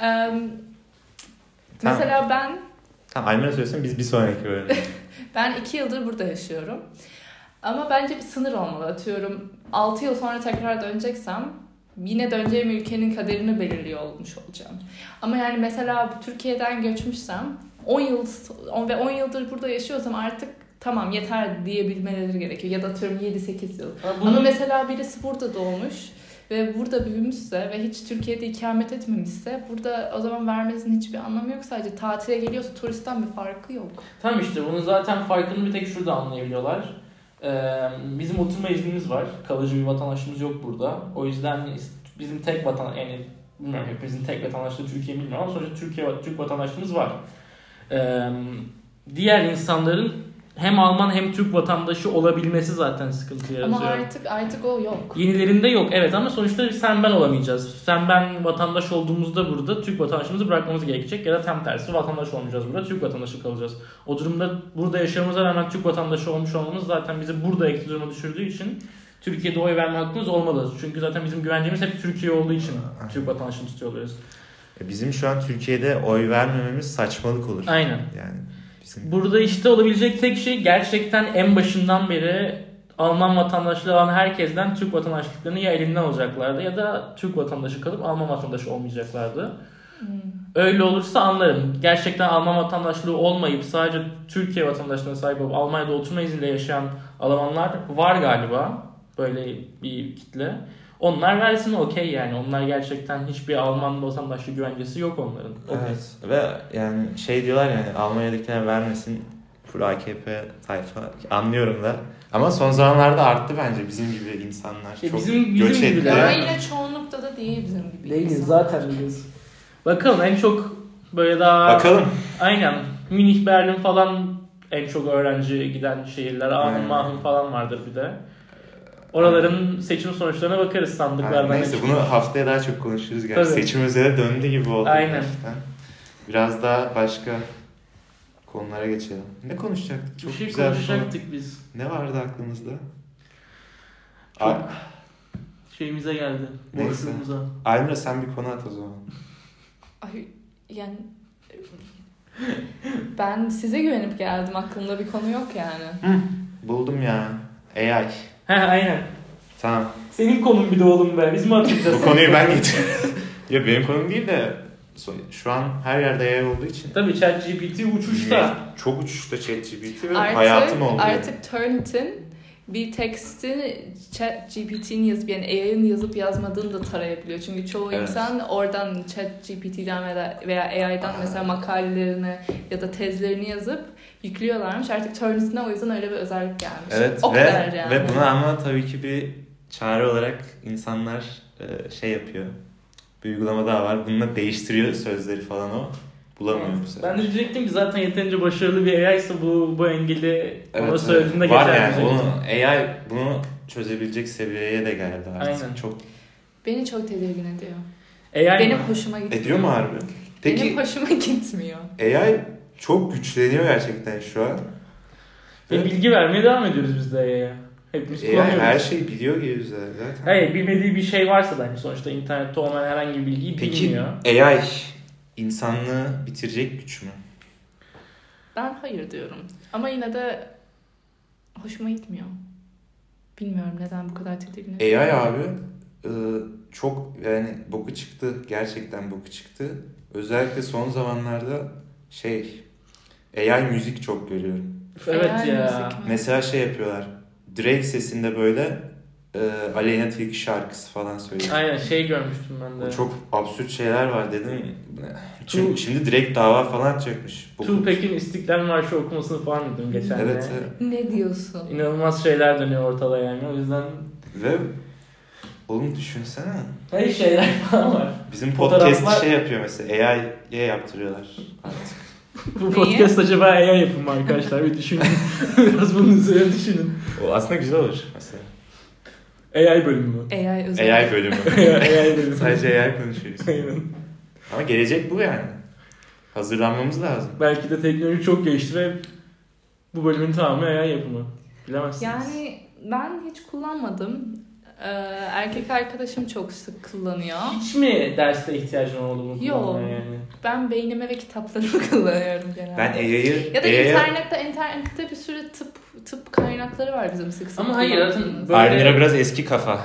Speaker 3: Mesela ben
Speaker 2: Tamam Almanya söylesin biz bir sonraki bölümde.
Speaker 3: Ben 2 yıldır burada yaşıyorum. Ama bence bir sınır olmalı. Atıyorum 6 yıl sonra tekrar döneceksem yine döneceğim ülkenin kaderini belirliyor olmuş olacağım. Ama yani mesela Türkiye'den göçmüşsem 10 yıldır burada yaşıyorsam artık tamam yeter diyebilmeleri gerekiyor. Ya da atıyorum 7-8 yıl.
Speaker 1: Bunu...
Speaker 3: Ama mesela birisi burada doğmuş ve burada büyümüşse ve hiç Türkiye'de ikamet etmemişse burada o zaman vermesinin hiçbir anlamı yok. Sadece tatile geliyorsa turistten bir farkı yok.
Speaker 1: Tamam işte bunu zaten farkını bir tek şurada anlayabiliyorlar. Bizim oturma iznimiz var. Kalıcı bir vatandaşlığımız yok burada. O yüzden bizim tek yani bilmiyorum hepimizin tek vatandaşlığı Türkiye bilmiyorum ama sonuçta Türk vatandaşlığımız var. Diğer insanların hem Alman hem Türk vatandaşı olabilmesi zaten sıkıntı yaratıyor.
Speaker 3: Ama artık o yok.
Speaker 1: Yenilerinde yok evet ama sonuçta sen ben olamayacağız. Sen ben vatandaş olduğumuzda burada Türk vatandaşlığımızı bırakmamız gerekecek ya da tam tersi vatandaş olmayacağız burada Türk vatandaşı kalacağız. O durumda burada yaşamamıza rağmen Türk vatandaşı olmuş olmamız zaten bizi burada eksi duruma düşürdüğü için Türkiye'de oy verme hakkımız olmalı. Çünkü zaten bizim güvencemiz hep Türkiye olduğu için Türk vatandaşlığımızı istiyoruz.
Speaker 2: Bizim şu an Türkiye'de oy vermememiz saçmalık olur.
Speaker 1: Aynen.
Speaker 2: Yani
Speaker 1: burada işte olabilecek tek şey gerçekten en başından beri Alman vatandaşlığı alan herkesten Türk vatandaşlıklarını ya elinden alacaklardı ya da Türk vatandaşı kalıp Alman vatandaşı olmayacaklardı. Öyle olursa anlarım. Gerçekten Alman vatandaşlığı olmayıp sadece Türkiye vatandaşlığına sahip olup Almanya'da oturma izniyle yaşayan Almanlar var galiba. Böyle bir kitle. Onlar versin okey yani. Onlar gerçekten hiçbir Alman vatandaşlığı güvencesi yok onların.
Speaker 2: Evet. Ve yani diyorlar yani Almanya'dakiler vermesin full AKP tayfa. Anlıyorum da. Ama son zamanlarda arttı bence bizim gibi insanlar. Çok
Speaker 1: bizim
Speaker 2: göç etti.
Speaker 3: Ama yine çoğunlukta da değil bizim gibi
Speaker 1: değiliz
Speaker 3: insanlar.
Speaker 1: zaten değiliz. Bakalım en çok böyle daha...
Speaker 2: Bakalım.
Speaker 1: Aynen. Münih, Berlin falan en çok öğrenci giden şehirler. Aachen, Maachen falan vardır bir de. Oraların seçim sonuçlarına bakarız sandıklardan.
Speaker 2: Neyse bunu haftaya daha çok konuşuruz. Gerçi seçim özele döndü gibi oldu.
Speaker 1: Aynen.
Speaker 2: Gerçekten. Biraz daha başka konulara geçelim. Ne konuşacaktık? Çok
Speaker 1: bir
Speaker 2: güzel
Speaker 1: konuşacaktık biz.
Speaker 2: Ne vardı aklımızda?
Speaker 1: Çok şeyimize geldi.
Speaker 2: Neyse. Almira sen bir konu at o zaman.
Speaker 3: Ay yani ben size güvenip geldim. Aklımda bir konu yok yani.
Speaker 2: Buldum ya. AI.
Speaker 1: Aynen.
Speaker 2: Tamam.
Speaker 1: Senin konun bir de oğlum be. Biz mi atacağız?
Speaker 2: Bu konuyu ben getirdim. Ya benim konum değil de şu an her yerde AI olduğu için.
Speaker 1: Tabii ChatGPT uçuşta.
Speaker 2: Çok uçuşta ChatGPT ve hayatım oldu.
Speaker 3: Artık Turnitin bir teksti ChatGPT'nin yazıp yani AI'ın yazıp yazmadığını da tarayabiliyor. Çünkü çoğu insan oradan ChatGPT'den veya AI'dan mesela makalelerini ya da tezlerini yazıp yüklüyorlarmış. Artık Turnitin'e o yüzden öyle bir özellik gelmiş.
Speaker 2: Evet
Speaker 3: o kadar yani.
Speaker 2: Ve buna ama tabii ki bir çare olarak insanlar yapıyor. Bir uygulama daha var. Bununla değiştiriyor sözleri falan o. Bulamıyor bu sefer.
Speaker 1: Ben de diyecektim ki zaten yeterince başarılı bir AI ise bu engeli ona söylediğinde
Speaker 2: geçer.
Speaker 1: Var
Speaker 2: yani. AI bunu çözebilecek seviyeye de geldi artık.
Speaker 1: Aynen.
Speaker 3: Beni çok tedirgin ediyor.
Speaker 1: AI
Speaker 3: benim hoşuma gitmiyor.
Speaker 2: Ediyor mu harbi? Peki,
Speaker 3: benim hoşuma gitmiyor.
Speaker 2: AI çok güçleniyor gerçekten şu an.
Speaker 1: Bilgi vermeye devam ediyoruz biz de AI'ye. Hepimiz kullanıyoruz.
Speaker 2: Her şeyi biliyor gibi zaten.
Speaker 1: Hayır, bilmediği bir şey varsa da sonuçta internette olmayan herhangi bir bilgiyi bilmiyor.
Speaker 2: Peki AI insanlığı bitirecek güç mü?
Speaker 3: Ben hayır diyorum. Ama yine de hoşuma gitmiyor. Bilmiyorum neden bu kadar tedirgin ediyor.
Speaker 2: AI abi çok yani boku çıktı. Gerçekten boku çıktı. Özellikle son zamanlarda AI müzik çok görüyorum.
Speaker 1: Evet
Speaker 3: AI
Speaker 1: ya.
Speaker 2: Mesela yapıyorlar. Drake sesinde böyle Aleyna Tilki şarkısı falan söylüyor.
Speaker 1: Aynen görmüştüm ben de.
Speaker 2: Çok absürt şeyler var dedim. Şimdi direkt dava falan açacakmış.
Speaker 1: Tupac'in İstiklal Marşı okumasını falan dedim geçen de.
Speaker 2: Evet.
Speaker 3: Ne diyorsun? İnanılmaz
Speaker 1: şeyler dönüyor ortada yani o yüzden.
Speaker 2: Ve oğlum düşünsene.
Speaker 1: Her şeyler falan var.
Speaker 2: Bizim podcast yapıyor mesela. AI'ye yaptırıyorlar artık.
Speaker 1: Bu podcast acaba AI yapımı mı arkadaşlar? Bir düşünün. Biraz bunun üzerine düşünün.
Speaker 2: O aslında güzel olur mesela.
Speaker 1: AI bölümü mü?
Speaker 2: AI bölümü.
Speaker 1: AI bölümü.
Speaker 2: Sadece AI konuşuyoruz.
Speaker 1: Aynen.
Speaker 2: Ama gelecek bu yani. Hazırlanmamız lazım.
Speaker 1: Belki de teknoloji çok gelişti ve bu bölümün tamamı AI yapımı. Bilemezsiniz.
Speaker 3: Yani ben hiç kullanmadım. Erkek arkadaşım çok sık kullanıyor.
Speaker 1: Hiç mi derste ihtiyacın oldu bunu kullanmaya yani?
Speaker 3: Ben beynime ve kitaplarımı kullanıyorum genelde.
Speaker 2: Ben AI'yı...
Speaker 3: Ya da internette bir sürü tıp kaynakları var bizim sık sık.
Speaker 1: Ama hayır zaten
Speaker 2: böyle... Almira biraz eski kafa.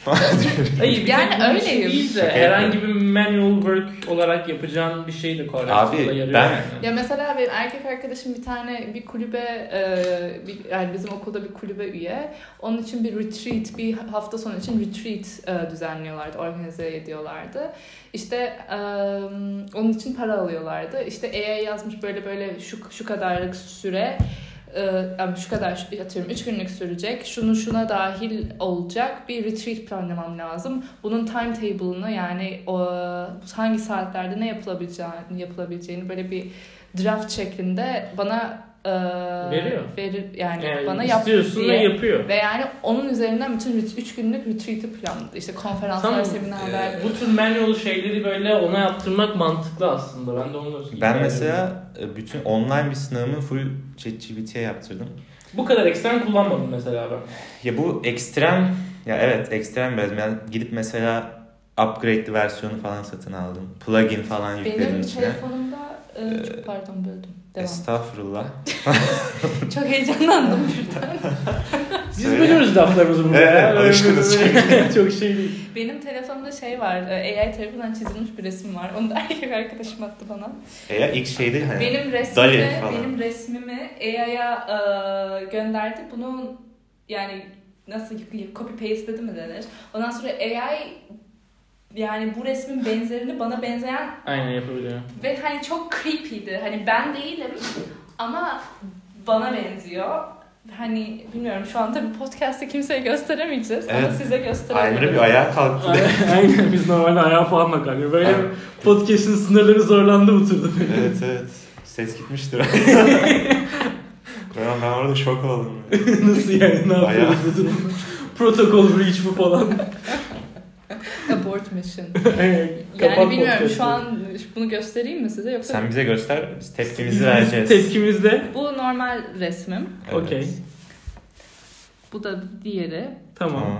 Speaker 1: Hayır,
Speaker 3: Yani öyleyim.
Speaker 1: Değil de herhangi bir manual work olarak yapacağın bir şey de kolaylıkla yarıyor.
Speaker 2: Ben...
Speaker 3: Ya mesela benim erkek arkadaşım bir kulübe, yani bizim okulda bir kulübe üye. Onun için bir retreat, bir hafta sonu için retreat düzenliyorlardı, organize ediyorlardı. İşte onun için para alıyorlardı. İşte EA yazmış böyle şu kadarlık süre, şu kadar atıyorum 3 günlük sürecek, şuna dahil olacak bir retreat planlamam lazım. Bunun timetable'ını, yani hangi saatlerde ne yapılabileceğini böyle bir draft şeklinde bana
Speaker 1: veriyor.
Speaker 3: Yani bana
Speaker 1: istiyorsun
Speaker 3: diye.
Speaker 1: Ve yapıyor.
Speaker 3: Ve yani onun üzerinden bütün 3 günlük retreat'i planladı. İşte konferanslar, seminerler.
Speaker 1: Bu tür manual şeyleri böyle ona yaptırmak mantıklı aslında. Ben de onu
Speaker 2: Ben mesela bütün online bir sınavımı full ChatGPT'ye yaptırdım.
Speaker 1: Bu kadar ekstrem kullanmadım mesela ben.
Speaker 2: Ya bu ekstrem, ya evet ekstrem biraz. Yani gidip mesela upgrade'li versiyonu falan satın aldım. Plugin falan yükledim içine.
Speaker 3: Benim telefonumda çok pardon böldüm. Devam.
Speaker 2: Estağfurullah.
Speaker 3: Çok heyecanlandım birden.
Speaker 1: Biz biliyoruz laflarımızı burada.
Speaker 2: Evet, alışkınız.
Speaker 1: Çok şey değil.
Speaker 3: Benim telefonumda şey var, AI tarafından çizilmiş bir resim var. Onu da erkek arkadaşım attı bana.
Speaker 2: İlk şeydi hani.
Speaker 3: Benim resmimi AI'ya gönderdi. Bunu yani nasıl copy paste mi denir? Ondan sonra AI yani bu resmin benzerini bana benzeyen
Speaker 1: aynen yapabiliyor.
Speaker 3: Ve hani çok creepy'di. Hani ben değilim ama bana benziyor. Hani bilmiyorum, şu an tabii podcast'te kimseye gösteremeyeceğiz ama size gösterebilirim.
Speaker 2: Aynı bir ayağa kalktı.
Speaker 1: Aynen, biz normalde ayağa falan da kalkıyoruz. Böyle podcast'in sınırları zorlandı bu turda.
Speaker 2: Evet. Ses gitmiştir. Ben orada şok oldum.
Speaker 1: Nasıl yani? Ne yapıyoruz bu durumda? Protokol breach bu falan.
Speaker 3: Abort mission. Yani bilmiyorum, şu an bunu göstereyim mi size yoksa?
Speaker 2: Sen bize göster, biz tepkimizi vereceğiz.
Speaker 1: Tepkimizde.
Speaker 3: Bu normal resmim.
Speaker 2: Evet.
Speaker 1: Okey.
Speaker 3: Bu da diğeri.
Speaker 1: Tamam.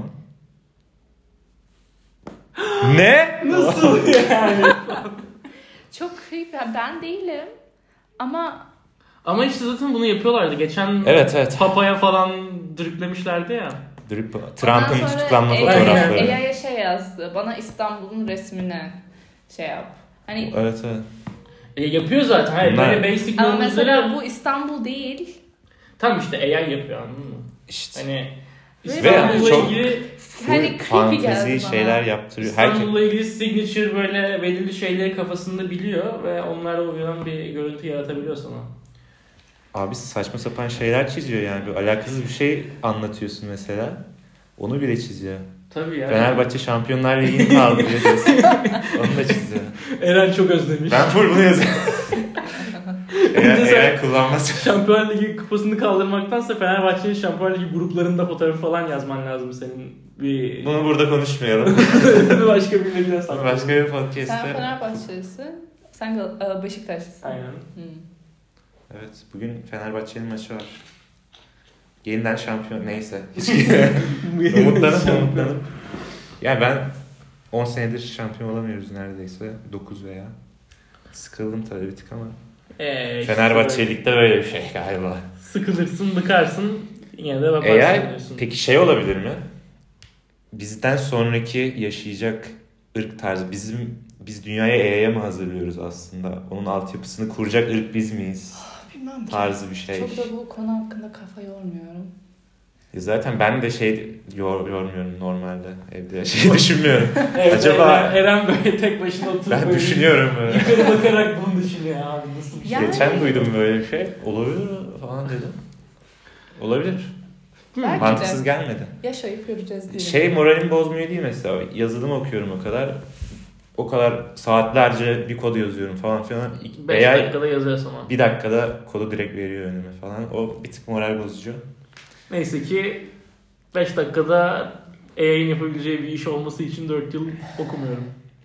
Speaker 2: Ne?
Speaker 1: Nasıl yani?
Speaker 3: Çok creepy. Ben değilim ama
Speaker 1: işte zaten bunu yapıyorlardı. Geçen
Speaker 2: Evet.
Speaker 1: Papa'ya falan driplemişlerdi ya.
Speaker 2: Trump'ın tutuklanma fotoğrafları.
Speaker 3: AI'ye şey yazdı. Bana İstanbul'un resmini şey yap. Hani
Speaker 2: Evet.
Speaker 1: Yapıyor zaten. Hayır, böyle basic
Speaker 3: ama
Speaker 1: normları.
Speaker 3: mesela bu İstanbul değil.
Speaker 1: Tam işte AI yapıyor, anladın mı?
Speaker 2: İşte.
Speaker 1: Hani
Speaker 2: Ve
Speaker 1: İstanbul'la
Speaker 2: çok
Speaker 1: ilgili
Speaker 3: hani
Speaker 2: fantezi şeyler yaptırıyor.
Speaker 1: İstanbul'la ilgili signature böyle belirli şeyleri kafasında biliyor ve onlarla uyanan bir görüntü yaratabiliyor sana.
Speaker 2: Abi saçma sapan şeyler çiziyor yani. Böyle alakasız bir şey anlatıyorsun mesela. Onu bile çiziyor.
Speaker 1: Tabii yani.
Speaker 2: Fenerbahçe Şampiyonlar Ligi'ni kaldırıyor diyorsun. Onu da çiziyor.
Speaker 1: Eren çok özlemiş.
Speaker 2: Ben full bunu yazıyorum. Eğer kullanmaz.
Speaker 1: Şampiyonlar Ligi kupasını kaldırmaktansa Fenerbahçe'nin Şampiyonlar Ligi gruplarında fotoğrafı falan yazman lazım senin.
Speaker 2: Bunu burada konuşmayalım.
Speaker 1: Başka birilerine saklayalım.
Speaker 2: Başka bir podcast'te.
Speaker 3: Sen Fenerbahçelisin. Sen Beşiktaşlısın.
Speaker 1: Aynen.
Speaker 2: Evet, bugün Fenerbahçe'nin maçı var. Yeniden şampiyon, neyse. Umutlanıp. Yani ben 10 senedir şampiyon olamıyoruz neredeyse. 9 veya. Sıkıldım tabii bir tık ama. Fenerbahçelikte böyle bir şey galiba.
Speaker 1: Sıkılırsın, bıkarsın. Yine de bakarsın diyorsun.
Speaker 2: Peki şey olabilir mi? Bizden sonraki yaşayacak ırk tarzı. Biz dünyaya EA'ya mı hazırlıyoruz aslında? Onun altyapısını kuracak ırk biz miyiz?
Speaker 3: Bilmem ki.
Speaker 2: Tarzı bir şey.
Speaker 3: Çok da bu konu hakkında kafa yormuyorum.
Speaker 2: Zaten ben de yormuyorum normalde. Evde düşünmüyorum.
Speaker 1: Evet,
Speaker 2: acaba
Speaker 1: Eren böyle tek başına oturup
Speaker 2: ben
Speaker 1: böyle
Speaker 2: düşünüyorum böyle.
Speaker 1: yukarı bakarak bunu düşünüyor abi. Nasıl bir şey?
Speaker 2: Geçen duydum böyle bir şey. Olabilir mi falan dedim. Olabilir.
Speaker 3: Belki
Speaker 2: Mantıksız
Speaker 3: de.
Speaker 2: gelmedi.
Speaker 3: Yaşayıp göreceğiz diye.
Speaker 2: Moralimi bozmuyor değil mesela. Yazılım okuyorum o kadar saatlerce bir kod yazıyorum falan filan.
Speaker 1: 5 dakikada yazıyor sana.
Speaker 2: 1 dakikada kodu direkt veriyor önüme falan. O bir tık moral bozucu.
Speaker 1: Neyse ki 5 dakikada AI'nin yapabileceği bir iş olması için 4 yıl okumuyorum.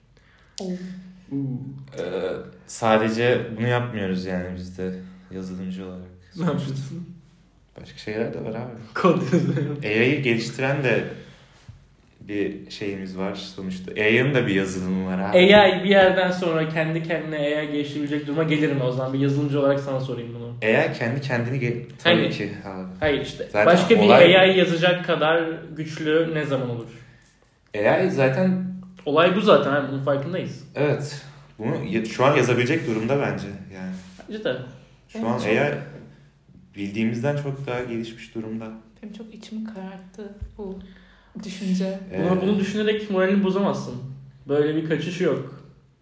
Speaker 2: Sadece bunu yapmıyoruz yani biz de yazılımcı olarak.
Speaker 1: Ne yapıyorsun?
Speaker 2: Başka şeyler de var abi.
Speaker 1: Kod yazıyorum.
Speaker 2: AI'yi geliştiren de bir şeyimiz var sonuçta. AI'ın da bir yazılımı var abi.
Speaker 1: AI bir yerden sonra kendi kendine AI geliştirebilecek duruma gelir mi o zaman? Bir yazılımcı olarak sana sorayım bunu.
Speaker 2: AI kendi kendini tabii ki abi.
Speaker 1: Hayır işte.
Speaker 2: Zaten
Speaker 1: başka bir
Speaker 2: olay...
Speaker 1: AI yazacak kadar güçlü ne zaman olur?
Speaker 2: AI zaten
Speaker 1: Olay bu zaten. Yani bunun farkındayız.
Speaker 2: evet. Bunu şu an yazabilecek durumda bence yani.
Speaker 1: Bence de.
Speaker 2: Şu an AI bildiğimizden çok daha gelişmiş durumda.
Speaker 3: Benim çok içimi kararttı bu düşünce.
Speaker 1: Bunu düşünerek moralini bozamazsın. Böyle bir kaçışı yok.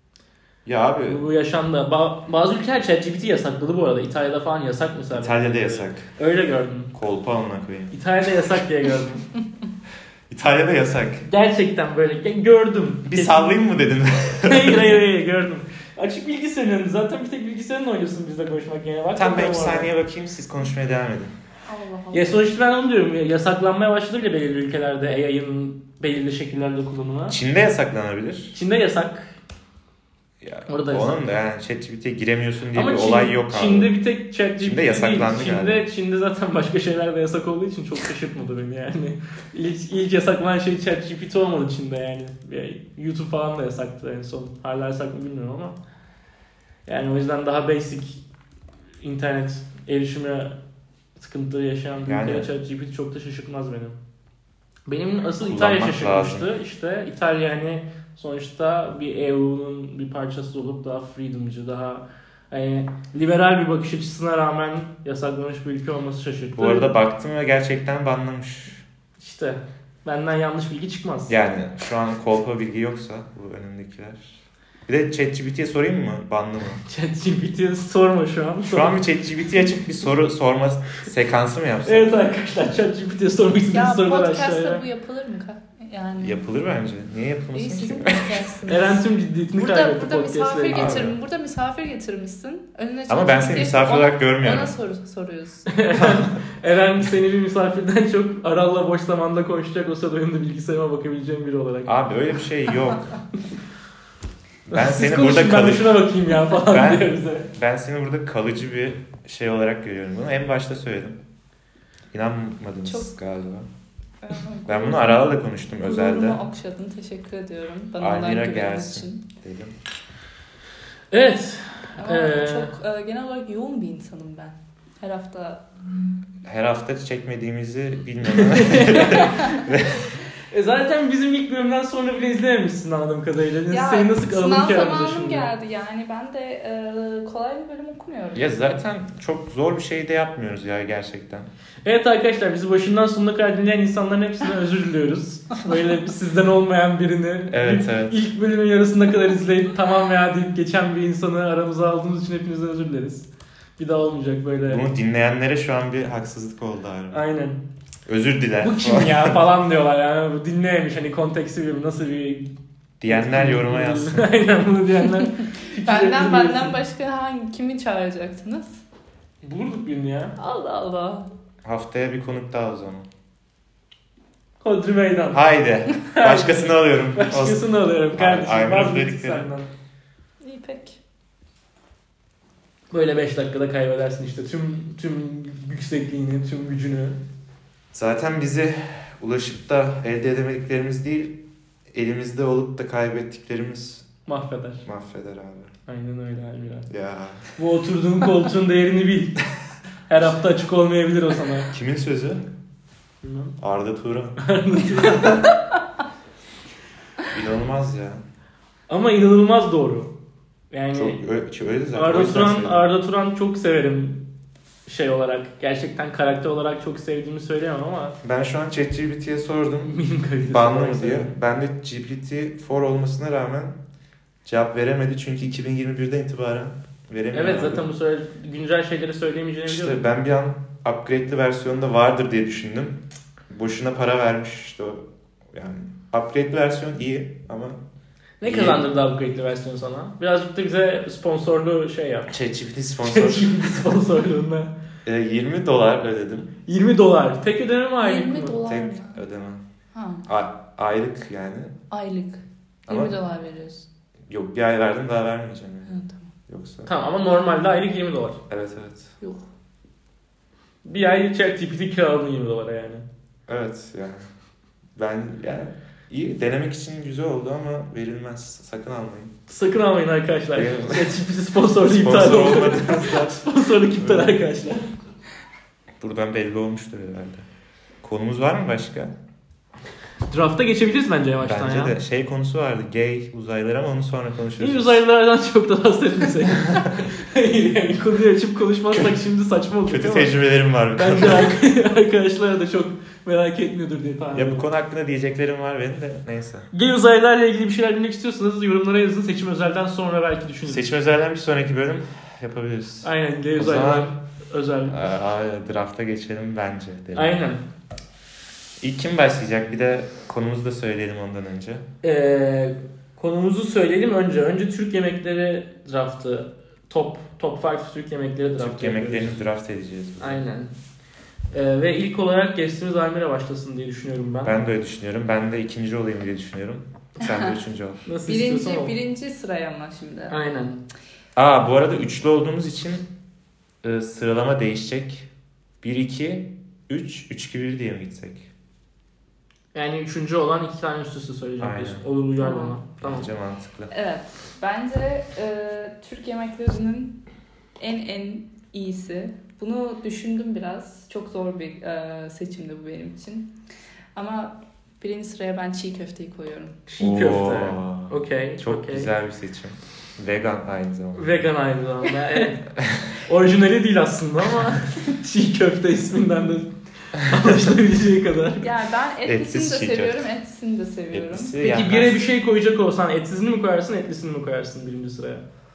Speaker 2: Ya abi
Speaker 1: Bu yaşandı. Bazı ülkeler ChatGPT yasakladı bu arada. İtalya'da falan yasak mesela.
Speaker 2: İtalya'da yasak.
Speaker 1: Öyle gördüm.
Speaker 2: Kolpa amına koyayım.
Speaker 1: İtalya'da yasak diye gördüm.
Speaker 2: İtalya'da yasak.
Speaker 1: Gerçekten böyle gördüm.
Speaker 2: Bir sallayayım mı dedim.
Speaker 1: hayır gördüm. Açık bilgisayarın önünde. Zaten bir tek bilgisayarınla oynuyorsun bizle konuşmak yerine. Bak,
Speaker 2: Tam ben 2 saniye bakayım, siz konuşmaya devam edin.
Speaker 3: Allah Allah.
Speaker 1: Ya sonuçta ben onu diyorum. Yasaklanmaya başladı bile belirli ülkelerde AI'ın belirli şekillerde kullanımı.
Speaker 2: Çin'de yasaklanabilir.
Speaker 1: Çin'de yasak.
Speaker 2: Ya,
Speaker 1: Orada
Speaker 2: onun
Speaker 1: yasak.
Speaker 2: da yani ChatGPT'ye giremiyorsun diye
Speaker 1: Ama
Speaker 2: bir olay yok abi.
Speaker 1: Çin'de bir tek ChatGPT
Speaker 2: Çin'de yasaklandı
Speaker 1: değil.
Speaker 2: galiba.
Speaker 1: Çin'de zaten başka şeyler de yasak olduğu için çok şaşırtmadı beni yani. İlk yasaklanan şey ChatGPT olmadı Çin'de yani. YouTube falan da yasaktı en son. Hala yasak mı bilmiyorum ama. Yani o yüzden daha basic internet erişime sıkıntı yaşayan bir
Speaker 2: Yani-
Speaker 1: ülkede ChatGPT çok da şaşırtmaz beni. Benim asıl
Speaker 2: Kullanmak
Speaker 1: İtalya şaşırmıştı.
Speaker 2: lazım.
Speaker 1: İşte İtalya hani sonuçta bir EU'nun bir parçası olup daha freedomcı, daha hani liberal bir bakış açısına rağmen yasaklanmış bir ülke olması şaşırttı.
Speaker 2: Bu arada baktım ve gerçekten banlamış.
Speaker 1: İşte benden yanlış bilgi çıkmaz.
Speaker 2: Yani şu an kolpa bilgi yoksa bu önümdekiler. Bir de ChatGPT'ye sorayım mı? Banlı mı?
Speaker 1: ChatGPT'ye sorma şu an.
Speaker 2: Şu an bir ChatGPT'ye açıp bir soru sorma sekansı mı yapsak?
Speaker 1: Evet arkadaşlar, ChatGPT'ye sormak istediğiniz
Speaker 3: Ya
Speaker 1: sorular
Speaker 3: podcast'ta
Speaker 1: aşağıya.
Speaker 3: bu yapılır mı? Yani
Speaker 2: Yapılır bence. Niye
Speaker 3: İyi,
Speaker 2: yapılmasın
Speaker 3: sizin
Speaker 2: ki?
Speaker 3: podcast'ınız.
Speaker 1: Eren tüm ciddiyetini kaybetti
Speaker 3: Burada misafir
Speaker 1: podcast'le.
Speaker 2: Abi.
Speaker 3: burada misafir getirmişsin. Önüne
Speaker 2: Ama ben seni misafir olarak görmüyorum.
Speaker 3: Ona soruyorsun.
Speaker 1: Eren seni bir misafirden çok Aral'la boş zamanda konuşacak olsa da önünde bilgisayarıma bakabileceğim biri olarak.
Speaker 2: Abi öyle bir şey yok. Ben
Speaker 1: Siz
Speaker 2: seni
Speaker 1: konuşun,
Speaker 2: burada
Speaker 1: ben de
Speaker 2: kalıcı
Speaker 1: şuna bakayım ya falan diyor bize.
Speaker 2: ben seni burada kalıcı bir şey olarak görüyorum. Bunu en başta söyledim. İnanmadınız
Speaker 3: Çok-
Speaker 2: galiba. Ben bunu Aral'la da konuştum özelde.
Speaker 3: Gururumu okşadın. Teşekkür ediyorum. Bana
Speaker 2: Almira
Speaker 3: olan güveniniz
Speaker 2: gelsin
Speaker 3: için.
Speaker 2: dedim.
Speaker 1: Evet.
Speaker 3: Ama çok genel olarak yoğun bir insanım ben. Her hafta
Speaker 2: Her hafta çekmediğimizi bilmiyorum.
Speaker 1: Zaten bizim ilk bölümden sonra bile izlememişsin anladığım kadarıyla.
Speaker 3: ya
Speaker 1: Seni nasıl alalım
Speaker 3: sınav
Speaker 1: ki aramıza
Speaker 3: zamanım
Speaker 1: şimdi?
Speaker 3: geldi yani. Ben de kolay bir bölüm okumuyorum.
Speaker 2: Ya zaten çok zor bir şey de yapmıyoruz ya gerçekten.
Speaker 1: Evet arkadaşlar, bizi başından sonuna kadar dinleyen insanların hepsinden özür diliyoruz. Böyle sizden olmayan birini
Speaker 2: Evet, evet.
Speaker 1: ilk bölümün yarısına kadar izleyip tamam ya deyip geçen bir insanı aramıza aldığımız için hepinizden özür dileriz. Bir daha olmayacak böyle.
Speaker 2: Bunu dinleyenlere şu an bir haksızlık oldu abi.
Speaker 1: Aynen.
Speaker 2: Özür diler.
Speaker 1: Bu kim ya falan diyorlar yani. Bu dinleyemiş hani konteksti bir nasıl bir...
Speaker 2: Diyenler yoruma yazsın.
Speaker 1: Aynen, bunu diyenler.
Speaker 3: Benden başka kimi çağıracaktınız?
Speaker 1: Bulurduk birini ya.
Speaker 3: Allah Allah.
Speaker 2: Haftaya bir konuk daha o zaman.
Speaker 1: Hodri meydan.
Speaker 2: Haydi. Başkasını alıyorum.
Speaker 1: Başkasını alıyorum kardeşim.
Speaker 2: Aynen
Speaker 1: Vazgeçtik
Speaker 2: dedikleri.
Speaker 1: senden.
Speaker 3: İyi pek.
Speaker 1: Böyle 5 dakikada kaybedersin işte tüm yüksekliğini, tüm gücünü.
Speaker 2: Zaten bizi ulaşıp da elde edemediklerimiz değil, elimizde olup da kaybettiklerimiz
Speaker 1: Mahveder.
Speaker 2: mahveder abi.
Speaker 1: Aynen öyle Almira.
Speaker 2: Ya.
Speaker 1: Bu oturduğun koltuğun değerini bil. Her hafta açık olmayabilir o sana.
Speaker 2: Kimin sözü?
Speaker 1: Bilmem.
Speaker 2: Arda Turan. İnanılmaz ya.
Speaker 1: Ama inanılmaz doğru. Yani
Speaker 2: Çok öyle zaten. O yüzden söyledim.
Speaker 1: Arda Turan çok severim şey olarak. Gerçekten karakter olarak çok sevdiğimi söyleyemem ama
Speaker 2: Ben şu an ChatGPT'ye sordum.
Speaker 1: benim kalitesi
Speaker 2: Banlı
Speaker 1: olarak
Speaker 2: mı diye.
Speaker 1: severim.
Speaker 2: Ben de GPT-4 olmasına rağmen cevap veremedi çünkü 2021'den itibaren veremiyor.
Speaker 1: Evet,
Speaker 2: abi.
Speaker 1: zaten bu güncel şeyleri söyleyemeyeceğini
Speaker 2: İşte
Speaker 1: biliyordum.
Speaker 2: ben bir an upgrade'li versiyonda vardır diye düşündüm. Boşuna para vermiş işte o. Yani upgrade'li versiyon iyi ama
Speaker 1: Ne kazandırdı upgrade'li versiyon sana? Birazcık da bize sponsorlu şey yap.
Speaker 2: ChatGPT sponsor.
Speaker 1: ChatGPT sponsorluğunda.
Speaker 2: $20 ödedim.
Speaker 1: $20. Tek ödeme mi aylık
Speaker 3: 20
Speaker 1: mı?
Speaker 3: dolar
Speaker 2: Tek
Speaker 3: mı?
Speaker 2: ödeme.
Speaker 3: Ha,
Speaker 2: Aylık yani.
Speaker 3: aylık.
Speaker 2: Ama-
Speaker 3: 20 dolar veriyorsun.
Speaker 2: Yok, bir ay verdim daha vermeyeceğim yani.
Speaker 3: Ha, tamam.
Speaker 2: Yoksa.
Speaker 1: Tamam ama normalde aylık $20.
Speaker 2: Evet evet.
Speaker 3: Yok.
Speaker 1: Bir ay ChatGPT kiraladın $20 yani.
Speaker 2: Evet yani. Ben yani iyi denemek için güzel oldu ama verilmez. Sakın almayın.
Speaker 1: Sakın almayın arkadaşlar.
Speaker 2: Benim-
Speaker 1: ChatGPT sponsorluğu iptal
Speaker 2: Sponsor
Speaker 1: oldu.
Speaker 2: olmadığınızda
Speaker 1: Sponsorluk iptal arkadaşlar.
Speaker 2: buradan belli olmuştur herhalde. Konumuz var mı başka?
Speaker 1: Drafta geçebiliriz bence yavaştan
Speaker 2: Bence
Speaker 1: ya.
Speaker 2: de şey konusu vardı. Gay uzaylılar ama onu sonra konuşuruz.
Speaker 1: İyi uzaylılardan çok da bahsetmesek. Hayır yani konuyu açıp konuşmazsak şimdi saçma olacak
Speaker 2: Kötü
Speaker 1: ama.
Speaker 2: tecrübelerim var bu
Speaker 1: Bence
Speaker 2: konuda.
Speaker 1: arkadaşlar da çok merak etmiyordur diye tahmin
Speaker 2: Ya
Speaker 1: ediyorum.
Speaker 2: bu konu hakkında diyeceklerim var benim de. Neyse.
Speaker 1: Gay uzaylılarla ilgili bir şeyler bilmek istiyorsanız yorumlara yazın. Seçim özelden sonra belki düşünürüz.
Speaker 2: Seçim özelden bir sonraki bölüm yapabiliriz.
Speaker 1: Aynen gay
Speaker 2: O
Speaker 1: uzaylılar
Speaker 2: zaman-
Speaker 1: özel.
Speaker 2: Drafta geçelim bence. Derim.
Speaker 1: Aynen.
Speaker 2: İlk kim başlayacak? Bir de konumuzu da söyleyelim ondan önce.
Speaker 1: Konumuzu söyleyelim önce. Önce Türk yemekleri draftı. Top 5 Türk yemekleri draftı.
Speaker 2: Türk yemeklerini draft edeceğiz.
Speaker 1: Aynen. Ve ilk olarak guestimiz Almira başlasın diye düşünüyorum ben.
Speaker 2: Ben de öyle düşünüyorum. Ben de ikinci olayım diye düşünüyorum. Sen de üçüncü ol.
Speaker 1: Nasıl istiyorsan ol.
Speaker 3: Birinci sıraya ama şimdi.
Speaker 1: Aynen.
Speaker 2: Bu arada üçlü olduğumuz için sıralama değişecek. 1-2, 3-2-1 diye mi gitsek?
Speaker 1: Yani üçüncü olan 2 tane üst üste söyleyeceğim.
Speaker 2: Aynen.
Speaker 1: Olur uyar
Speaker 3: Tamam.
Speaker 1: bana. Tamam.
Speaker 2: Bence mantıklı.
Speaker 3: Evet. Bence Türk yemeklerinin en iyisi. Bunu düşündüm biraz. Çok zor bir seçimdi bu benim için. Ama birinci sıraya ben çiğ köfteyi koyuyorum.
Speaker 1: Çiğ köfte.
Speaker 2: Oo.
Speaker 1: Okey.
Speaker 2: Çok
Speaker 1: okey.
Speaker 2: güzel bir seçim. Vegan aynı zamanda.
Speaker 1: Vegan aynı zamanda. Evet. Orijinali değil aslında ama çiğ köfte isminden de anlaşılabileceği kadar.
Speaker 3: Yani ben etlisini
Speaker 2: Etsiz
Speaker 3: de
Speaker 2: çiğ
Speaker 3: seviyorum, etlisini de seviyorum.
Speaker 2: Etlisi
Speaker 1: Peki
Speaker 2: yenmez.
Speaker 1: bire bir şey koyacak olsan etsizini mi koyarsın, etlisini mi koyarsın birinci sıraya?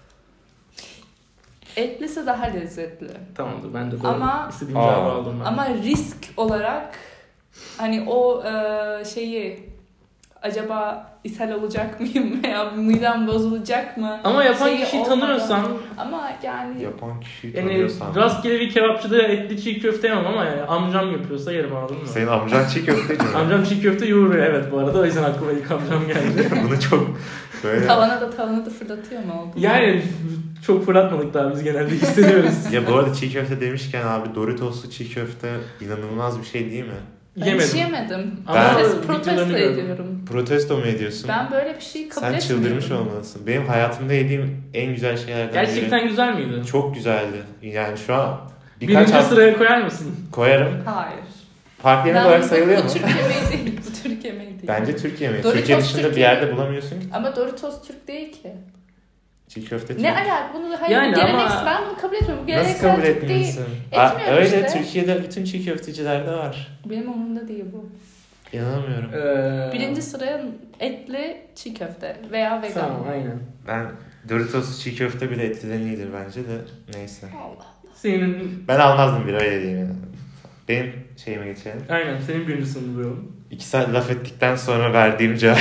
Speaker 3: Etlisi daha lezzetli.
Speaker 1: Tamamdır ben de doğru.
Speaker 3: Ama-
Speaker 1: İstediğim cevabı aldım ben.
Speaker 3: Ama risk olarak hani o şeyi acaba ishal olacak mıyım veya midem bozulacak mı?
Speaker 1: Ama yapan
Speaker 3: Şeyi
Speaker 1: kişiyi
Speaker 3: olmadan-
Speaker 1: tanıyorsan
Speaker 3: Ama yani
Speaker 2: Yapan kişiyi
Speaker 1: yani
Speaker 2: tanıyorsan.
Speaker 1: rastgele bir kebapçıda etli çiğ köfte yemem ama yani amcam yapıyorsa yerim anladın mı?
Speaker 2: Senin amcan çiğ köfteci mi?
Speaker 1: Amcam çiğ köfte yoğuruyor evet bu arada o yüzden aklıma ilk amcam geldi.
Speaker 2: Bunu çok böyle...
Speaker 3: tavana da fırlatıyor mu oldu?
Speaker 1: Yani çok fırlatmadık daha biz genelde hissediyoruz.
Speaker 2: Ya bu arada çiğ köfte demişken abi Doritos'lu çiğ köfte inanılmaz bir şey değil mi?
Speaker 3: Ben hiç yemedim.
Speaker 1: Ama
Speaker 3: Protesto
Speaker 1: videolarını gördüm.
Speaker 3: ediyorum.
Speaker 2: Protesto mu ediyorsun?
Speaker 3: Ben böyle bir şey kabul
Speaker 2: Sen
Speaker 3: etmiyorum.
Speaker 2: çıldırmış olmalısın. Benim hayatımda yediğim en güzel şeylerden
Speaker 1: Gerçekten güzel miydi?
Speaker 2: biri. Çok güzeldi. Yani şu an birkaç
Speaker 1: Birinci
Speaker 2: hafta
Speaker 1: sıraya koyar mısın?
Speaker 2: koyarım.
Speaker 3: Hayır.
Speaker 2: Farklı yemek olarak sayılıyor
Speaker 3: bu
Speaker 2: mu?
Speaker 3: Türk yemeği değil. Bu Türk yemeği değil.
Speaker 2: Bence Türk yemeği.
Speaker 3: Doritos
Speaker 2: Türkiye dışında
Speaker 3: Türk
Speaker 2: bir yerde bulamıyorsun ki.
Speaker 3: Ama Doritos Türk değil ki.
Speaker 2: Çiğ köfte Türk.
Speaker 3: Ne alaka? Bunu hayır
Speaker 1: Yani
Speaker 3: geleneksel.
Speaker 1: ama-
Speaker 3: Ben bunu kabul etmiyorum. Bu
Speaker 2: Nasıl
Speaker 3: geleneksel
Speaker 2: kabul
Speaker 3: Türk değil.
Speaker 2: etmiyorsun?
Speaker 3: Etmiyorum
Speaker 2: Öyle
Speaker 3: işte.
Speaker 2: Türkiye'de bütün çiğ köftecilerde var.
Speaker 3: Benim umurumda değil bu.
Speaker 2: İnanamıyorum.
Speaker 3: Birinci sıraya etli çiğ köfte veya vegan.
Speaker 1: Tamam aynen.
Speaker 2: Ben Doritos çiğ köfte bile etliden iyidir bence de. Neyse.
Speaker 3: Allah.
Speaker 1: Senin
Speaker 2: Ben almazdım bir öyle diyeyim yani. Benim şeyime geçelim.
Speaker 1: aynen senin birinci sırını buyurun.
Speaker 2: 2 saat laf ettikten sonra verdiğim cevap.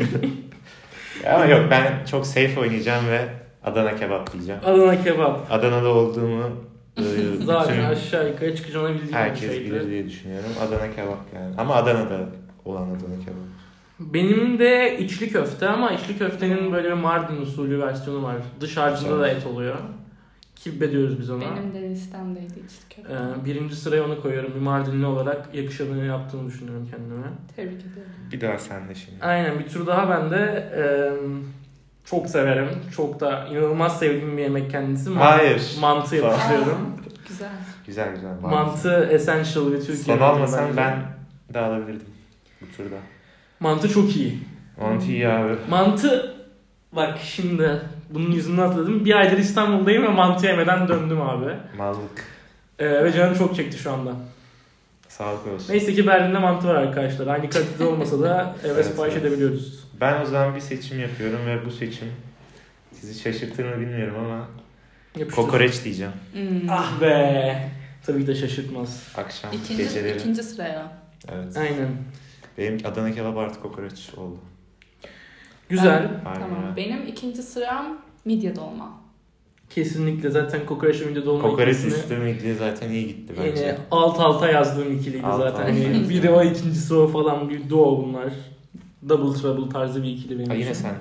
Speaker 2: Ama yok ben çok safe oynayacağım ve Adana kebap diyeceğim.
Speaker 1: Adana kebap.
Speaker 2: Adana'da olduğumu
Speaker 1: Zaten
Speaker 2: bütün
Speaker 1: aşağı yukarı çıkacağını bildiğim
Speaker 2: herkes
Speaker 1: bir şeydi.
Speaker 2: bilir diye düşünüyorum. Adana kebap yani. Ama Adana'da olan Adana kebap.
Speaker 1: Benim de içli köfte ama içli köftenin böyle bir Mardin usulü versiyonu var. Dış harcında da et oluyor. Kibbe diyoruz biz ona.
Speaker 3: Benim de listemdeydi içli köfte.
Speaker 1: Birinci sıraya onu koyuyorum. Bir Mardinli olarak yakışanı yaptığını düşünüyorum kendime.
Speaker 3: Tebrik ederim.
Speaker 2: Bir daha sen de şimdi.
Speaker 1: Aynen bir tur daha ben de çok severim. Çok da inanılmaz sevdiğim bir yemek kendisi.
Speaker 2: Hayır.
Speaker 1: Mantı yapıyorum.
Speaker 3: Güzel.
Speaker 2: Güzel güzel.
Speaker 1: Mantı essential ve Türkiye.
Speaker 2: Son almasan ben de alabilirdim bu turda.
Speaker 1: Mantı çok iyi.
Speaker 2: Mantı iyi abi.
Speaker 1: Mantı bak şimdi bunun yüzünden atladım. Bir aydır İstanbul'dayım ve mantı yemeden döndüm abi.
Speaker 2: Mallık.
Speaker 1: Ve canım çok çekti şu anda.
Speaker 2: Sağlık olsun.
Speaker 1: Neyse ki Berlin'de mantı var arkadaşlar. Aynı kalitede olmasa da eve
Speaker 2: Evet,
Speaker 1: sipariş
Speaker 2: evet.
Speaker 1: edebiliyoruz.
Speaker 2: Ben o zaman bir seçim yapıyorum ve bu seçim sizi şaşırtır mı bilmiyorum ama
Speaker 1: Yapıştır.
Speaker 2: kokoreç diyeceğim.
Speaker 1: Ah be. Tabii ki de şaşırtmaz.
Speaker 2: Akşam geceleri.
Speaker 3: İkinci sıraya.
Speaker 2: Evet.
Speaker 1: Aynen.
Speaker 2: Benim Adana kebap artık kokoreç oldu.
Speaker 1: Güzel.
Speaker 2: Aynen.
Speaker 3: Tamam. Benim ikinci sıram midye dolma.
Speaker 1: Kesinlikle zaten kokoreç önce dolma
Speaker 2: Kokoreç
Speaker 1: ikilisini
Speaker 2: üstü midye zaten iyi gitti bence.
Speaker 1: yine alt alta yazdığım ikiliydi
Speaker 2: Alt
Speaker 1: zaten.
Speaker 2: alta.
Speaker 1: Yani biri o ikincisi o falan bir duo bunlar. Double trouble tarzı bir ikili benim
Speaker 2: Ha, yine
Speaker 1: için.
Speaker 2: sende.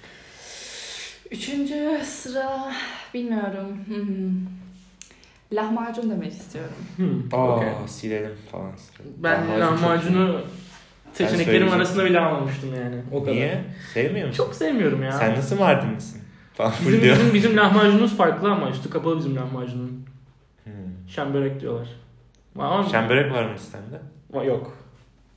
Speaker 3: Üçüncü sıra bilmiyorum. Lahmacun demek istiyorum.
Speaker 1: Okey.
Speaker 2: Silelim falan.
Speaker 1: Ben
Speaker 2: Lahmacun çok
Speaker 1: lahmacunu seçeneklerim
Speaker 2: söyleyecektim.
Speaker 1: arasında bile almamıştım yani. O kadar.
Speaker 2: Niye? Sevmiyor musun?
Speaker 1: Çok sevmiyorum ya.
Speaker 2: Sen nasıl Mardinlisin? Falan
Speaker 1: Bizim,
Speaker 2: diyor.
Speaker 1: bizim lahmacunumuz farklı ama üstü kapalı bizim lahmacunun.
Speaker 2: Hmm.
Speaker 1: Şembörek diyorlar. Ama
Speaker 2: Şembörek var mı İstem'de?
Speaker 1: Yok.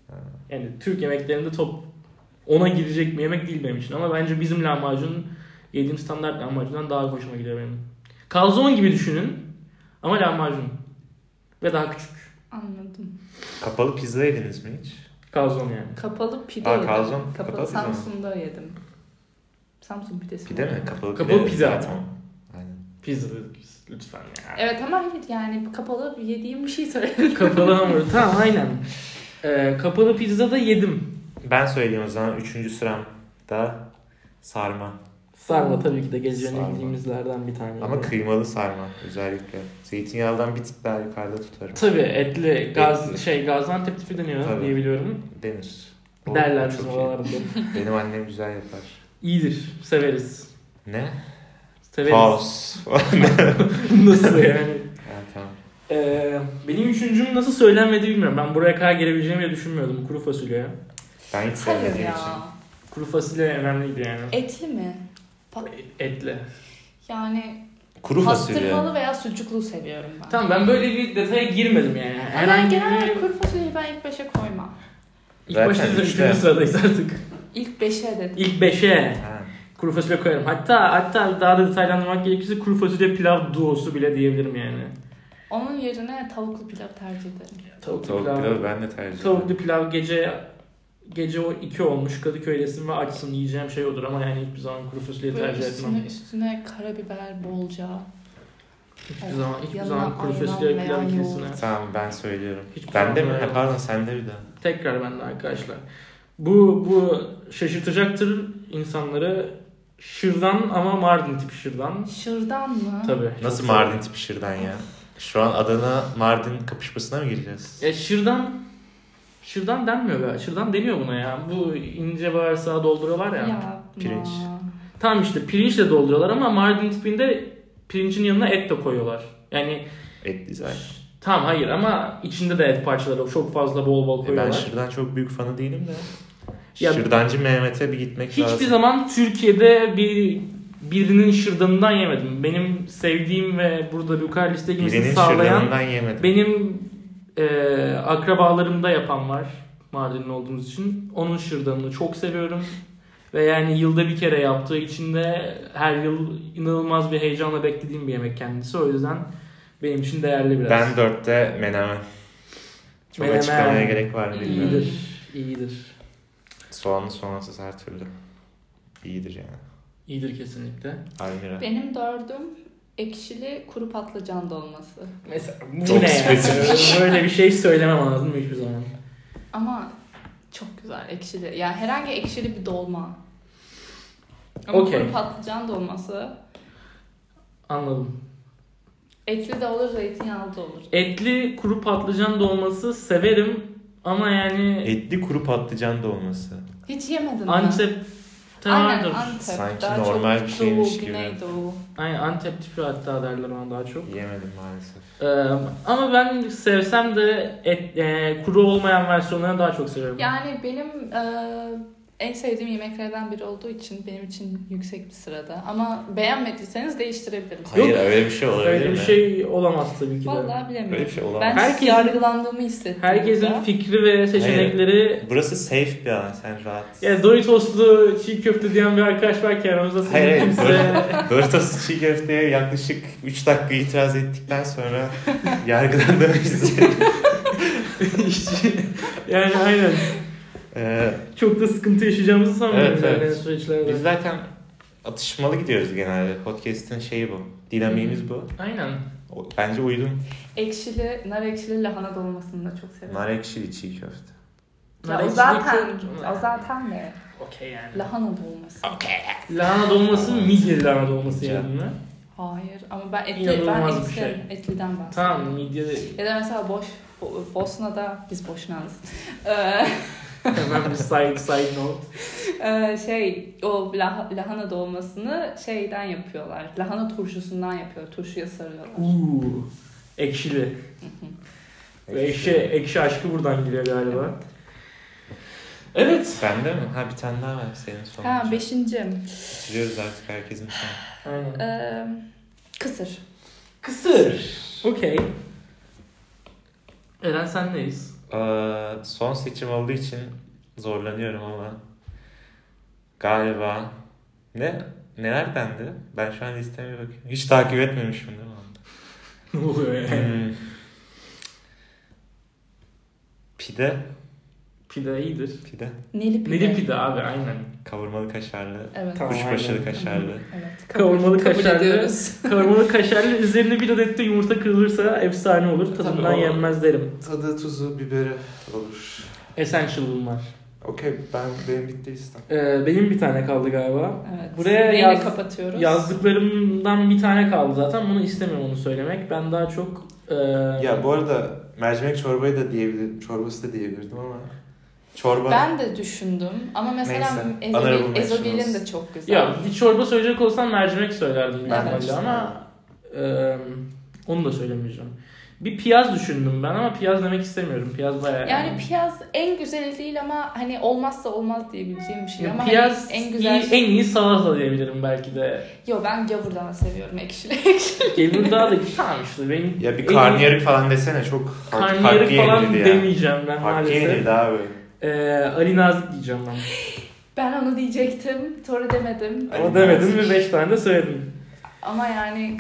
Speaker 1: Yani Türk yemeklerinde top 10'a girecek bir yemek değil benim için. Ama bence bizim lahmacun yediğim standart lahmacundan daha hoşuma gidiyor benim. Calzone gibi düşünün ama lahmacun. Ve daha küçük.
Speaker 3: Anladım.
Speaker 2: Kapalı pizza yediniz mi hiç?
Speaker 1: Calzone yani.
Speaker 3: Kapalı pide
Speaker 2: Aa,
Speaker 3: yedim.
Speaker 2: calzone, kapalı pizza mı?
Speaker 3: Samsun'da yedim. Samsun pidesi.
Speaker 2: Pide mi?
Speaker 1: Kapalı
Speaker 2: pide
Speaker 1: pizza
Speaker 2: zaten.
Speaker 1: ama.
Speaker 2: Aynen.
Speaker 1: Pizza dedik biz, lütfen ya.
Speaker 3: Evet ama hayır yani kapalı yediğim bir şey söyledim.
Speaker 1: Kapalı hamur. Tamam aynen. Kapalı pizza da yedim.
Speaker 2: Ben söyleyeyim o zaman 3. sıramda sarma.
Speaker 1: Sarma tabii ki de gece
Speaker 2: Sarma.
Speaker 1: yediğimizlerden bir tane.
Speaker 2: Ama kıymalı sarma özellikle. Zeytinyağından bir tık daha yukarıda tutarım.
Speaker 1: Tabii etli. Gaziantep tipi deniyor
Speaker 2: Tabii.
Speaker 1: diye biliyorum.
Speaker 2: Denir.
Speaker 1: Derler
Speaker 2: O
Speaker 1: bizim
Speaker 2: çok iyi.
Speaker 1: oralarda.
Speaker 2: Benim annem güzel yapar.
Speaker 1: İyidir. Severiz.
Speaker 2: Ne?
Speaker 1: Severiz.
Speaker 2: Pause.
Speaker 1: Nasıl yani?
Speaker 2: Ha, tamam.
Speaker 1: Benim üçüncüm nasıl söylenmedi bilmiyorum. Ben buraya kadar gelebileceğimi de düşünmüyordum. Kuru fasulye.
Speaker 2: Ben hiç
Speaker 3: Hayır
Speaker 2: sevmediğim
Speaker 3: ya.
Speaker 2: için.
Speaker 1: Kuru fasulye önemliydi yani.
Speaker 3: Etli mi?
Speaker 1: Etli.
Speaker 3: Yani
Speaker 2: Kuru fasulye.
Speaker 3: pastırmalı veya sucuklu seviyorum ben.
Speaker 1: Tamam ben böyle bir detaya girmedim yani.
Speaker 3: Ama
Speaker 1: Herhangi
Speaker 3: genelde
Speaker 1: bir...
Speaker 3: kuru fasulyeyi ben ilk 5'e koymam.
Speaker 1: İlk
Speaker 2: Zaten
Speaker 1: başta biz de
Speaker 2: işte.
Speaker 1: 3. sıradayız artık.
Speaker 3: İlk 5'e dedim.
Speaker 1: İlk 5'e
Speaker 2: Ha.
Speaker 1: kuru fasulye koyarım. Hatta daha da detaylandırmak gerekirse kuru fasulye pilav duosu bile diyebilirim yani.
Speaker 3: Onun yerine tavuklu pilav tercih ederim.
Speaker 1: Tavuklu
Speaker 2: Tavuk
Speaker 1: pilav.
Speaker 2: pilavı ben de tercih ederim.
Speaker 1: Tavuklu pilav gece o 2 olmuş. Kadıköy'desin ve açsın. Yiyeceğim şey odur ama yani hiçbir zaman kuru fasulyeyi
Speaker 3: Böyle
Speaker 1: tercih etmem.
Speaker 3: üstüne karabiber bolca.
Speaker 1: Hiçbir
Speaker 3: Yanına
Speaker 1: zaman kuru
Speaker 3: ayran
Speaker 1: fasulye
Speaker 3: veya
Speaker 1: pilav
Speaker 3: yoğurt.
Speaker 1: ikilisine.
Speaker 2: Tamam ben söylüyorum.
Speaker 1: Hiçbir
Speaker 2: Bende mi?
Speaker 1: zaman böyle-
Speaker 2: Pardon sende bir daha.
Speaker 1: Tekrar bende arkadaşlar. Bu şaşırtacaktır insanları. Şırdan ama Mardin tipi şırdan.
Speaker 3: Şırdan mı?
Speaker 1: Tabii.
Speaker 2: Nasıl
Speaker 1: Çok
Speaker 2: Mardin tipi şırdan ya? Şu an Adana Mardin kapışmasına mı gireceğiz?
Speaker 1: Şırdan denmiyor galiba. Şırdan deniyor buna ya. Bu ince bağırsağı dolduruyorlar ya.
Speaker 3: Yapma.
Speaker 2: Pirinç.
Speaker 1: Tamam işte pirinçle dolduruyorlar ama Mardin tipinde pirincin yanına et de koyuyorlar. Yani
Speaker 2: Etli zaten.
Speaker 1: tamam hayır ama içinde de et parçaları çok fazla bol bol
Speaker 2: Ben
Speaker 1: koyuyorlar.
Speaker 2: şırdan çok büyük fanı değilim de.
Speaker 1: Ya-
Speaker 2: Şırdancı Mehmet'e bir gitmek lazım.
Speaker 1: Hiçbir zaman Türkiye'de birinin şırdanından yemedim. Benim sevdiğim ve burada yukarı listeye girmesini
Speaker 2: Birinin
Speaker 1: sağlayan
Speaker 2: şırdanından yemedim.
Speaker 1: benim akrabalarımda yapan var. Mardinli olduğumuz için. Onun şırdanını çok seviyorum. Ve yani yılda bir kere yaptığı için de her yıl inanılmaz bir heyecanla beklediğim bir yemek kendisi. O yüzden benim için değerli biraz.
Speaker 2: Ben 4'te menemen. Çok
Speaker 1: Menemen.
Speaker 2: açıklamaya gerek var mı bilmiyorum.
Speaker 1: İyidir.
Speaker 2: Soğanlı soğansız her türlü. İyidir yani.
Speaker 1: İyidir kesinlikle.
Speaker 2: Almira.
Speaker 3: Benim 4'üm ekşili kuru patlıcan dolması.
Speaker 1: Mesela bu
Speaker 2: Çok
Speaker 1: ne
Speaker 2: spesifik.
Speaker 1: ya? Böyle bir şey söylemem lazım hiçbir zaman.
Speaker 3: Ama çok güzel ekşili. Yani herhangi ekşili bir dolma. Ama
Speaker 1: Okey.
Speaker 3: kuru patlıcan dolması.
Speaker 1: Anladım.
Speaker 3: Etli de olur, zeytinyağlı da olur.
Speaker 1: Etli kuru patlıcan dolması severim ama yani
Speaker 2: Etli kuru patlıcan dolması.
Speaker 3: Hiç yemedin mi?
Speaker 1: Antep'te
Speaker 3: Aynen
Speaker 1: vardır.
Speaker 3: Antep.
Speaker 2: Sanki
Speaker 3: Daha
Speaker 2: normal
Speaker 3: çok
Speaker 2: bir şeymiş
Speaker 3: Doğu,
Speaker 2: gibi.
Speaker 3: Güneydoğu.
Speaker 1: Aynen Antep tipi hatta derler ona daha çok.
Speaker 2: Yemedim maalesef.
Speaker 1: Ama ben sevsem de kuru olmayan versiyonlarını daha çok seviyorum.
Speaker 3: Yani benim en sevdiğim yemeklerden biri olduğu için benim için yüksek bir sırada. Ama beğenmediyseniz değiştirebilirim.
Speaker 2: Hayır öyle bir şey olabilir
Speaker 1: Öyle
Speaker 2: mi?
Speaker 1: bir şey olamaz tabii ki de.
Speaker 3: Vallahi bilemiyorum.
Speaker 2: Böyle bir şey olamaz.
Speaker 3: Ben
Speaker 1: Herkesin-
Speaker 3: yargılandığımı hissettim.
Speaker 1: Herkesin
Speaker 3: burada.
Speaker 1: fikri ve seçenekleri...
Speaker 2: Burası safe bir alan sen rahat.
Speaker 1: Ya Doritos'lu çiğ köfte diyen bir arkadaş varken aramızda sizin
Speaker 2: Hayır
Speaker 1: kimse...
Speaker 2: Doritos çiğ köfteye yaklaşık 3 dakika itiraz ettikten sonra yargılandığımız
Speaker 1: Yani aynen. Çok da sıkıntı yaşayacağımızı sanmıyorum.
Speaker 2: Evet,
Speaker 1: ilerleyen
Speaker 2: evet.
Speaker 1: süreçlerde.
Speaker 2: Biz zaten atışmalı gidiyoruz genelde. Podcast'ın şeyi bu. Dinamiğimiz bu.
Speaker 1: Aynen.
Speaker 2: Bence uydum.
Speaker 3: Ekşili, nar ekşili lahana dolmasını da çok seviyorum.
Speaker 2: Nar ekşili çiğ köfte.
Speaker 3: Ya
Speaker 1: Nar
Speaker 3: o zaten,
Speaker 1: ekşili
Speaker 3: o zaten de
Speaker 1: Okey yani.
Speaker 3: lahana dolması.
Speaker 1: Lahana dolması, midye lahana dolması
Speaker 2: Güzel.
Speaker 1: yedin mi?
Speaker 3: Hayır ama ben
Speaker 1: İnanılmaz bir
Speaker 3: etliden
Speaker 1: şey.
Speaker 3: etliden bahsediyorum.
Speaker 1: Tamam midye
Speaker 3: Ya da mesela Bosna'da biz Boşnağız.
Speaker 1: hemen bir side note.
Speaker 3: O lahana dolmasını şeyden yapıyorlar. Lahana turşusundan yapıyor. Turşuya sarıyorlar.
Speaker 1: Ekşili. Ve ekşi aşkı buradan geliyor galiba. Evet.
Speaker 2: Bende mi? Ha bir tane daha var senin sonuncu.
Speaker 3: Ha 5.
Speaker 2: Bitiriyoruz artık herkesin sonu.
Speaker 1: Aynen.
Speaker 3: Kısır.
Speaker 1: Kısır. Okey. Eren sendeyiz.
Speaker 2: Son seçim olduğu için zorlanıyorum ama galiba neler dendi? Ben şu an listeme bakıyorum. Hiç takip etmemişim değil mi?
Speaker 1: Ne oluyor yani?
Speaker 2: Pide.
Speaker 1: Pide iyidir.
Speaker 2: Pide.
Speaker 3: Neli pide.
Speaker 1: Neli pide abi aynen.
Speaker 2: Kavurmalı kaşarlı.
Speaker 3: Evet.
Speaker 1: Tamam,
Speaker 2: Kuşbaşılı
Speaker 1: aynen.
Speaker 2: kaşarlı.
Speaker 3: Evet.
Speaker 1: Kavurmalı
Speaker 3: kabul
Speaker 1: kaşarlı.
Speaker 3: ediyoruz.
Speaker 1: Kavurmalı kaşarlı üzerine bir adet de yumurta kırılırsa efsane olur.
Speaker 2: Tabii
Speaker 1: Tadından
Speaker 2: o-
Speaker 1: yenmez derim.
Speaker 2: Tadı, tuzu, biberi olur.
Speaker 1: Essential bunlar.
Speaker 2: Okey, benim bitti listem.
Speaker 1: Benim bir tane kaldı galiba.
Speaker 3: Evet.
Speaker 1: Buraya
Speaker 3: Neyle kapatıyoruz?
Speaker 1: yazdıklarımdan bir tane kaldı zaten. Bunu istemiyorum onu söylemek. Ben daha çok...
Speaker 2: Ya bu arada mercimek çorbayı da diyebilirim. Çorbası da diyebilirdim ama çorba...
Speaker 3: Ben de düşündüm ama mesela
Speaker 2: Neyse, honorable
Speaker 3: ezogelin
Speaker 2: mentions.
Speaker 3: de çok güzel.
Speaker 1: Ya bir çorba söyleyecek olsam mercimek söylerdim büyük
Speaker 3: Evet.
Speaker 1: ihtimalle ama onu da söylemeyeceğim. Bir piyaz düşündüm ben ama piyaz demek istemiyorum. Piyaz bayağı...
Speaker 3: Yani piyaz en güzeli değil ama hani olmazsa olmaz diyebileceğim bir şey.
Speaker 1: Ya
Speaker 3: Ama
Speaker 1: piyaz
Speaker 3: hani en güzel...
Speaker 1: en iyi salata diyebilirim belki de.
Speaker 3: Yo, ben gavurdan seviyorum ekşili.
Speaker 1: Gelir daha da tamam işte. Benim
Speaker 2: Ya bir karnıyarık falan desene, çok
Speaker 1: karnıyarık falan demeyeceğim ben
Speaker 2: Hakkı
Speaker 1: maalesef.
Speaker 2: yenildi abi.
Speaker 1: Ali Nazik diyeceğim ben.
Speaker 3: Ben onu diyecektim. Sonra demedim.
Speaker 1: Ama demedim ve 5 tane de söyledim.
Speaker 3: Ama yani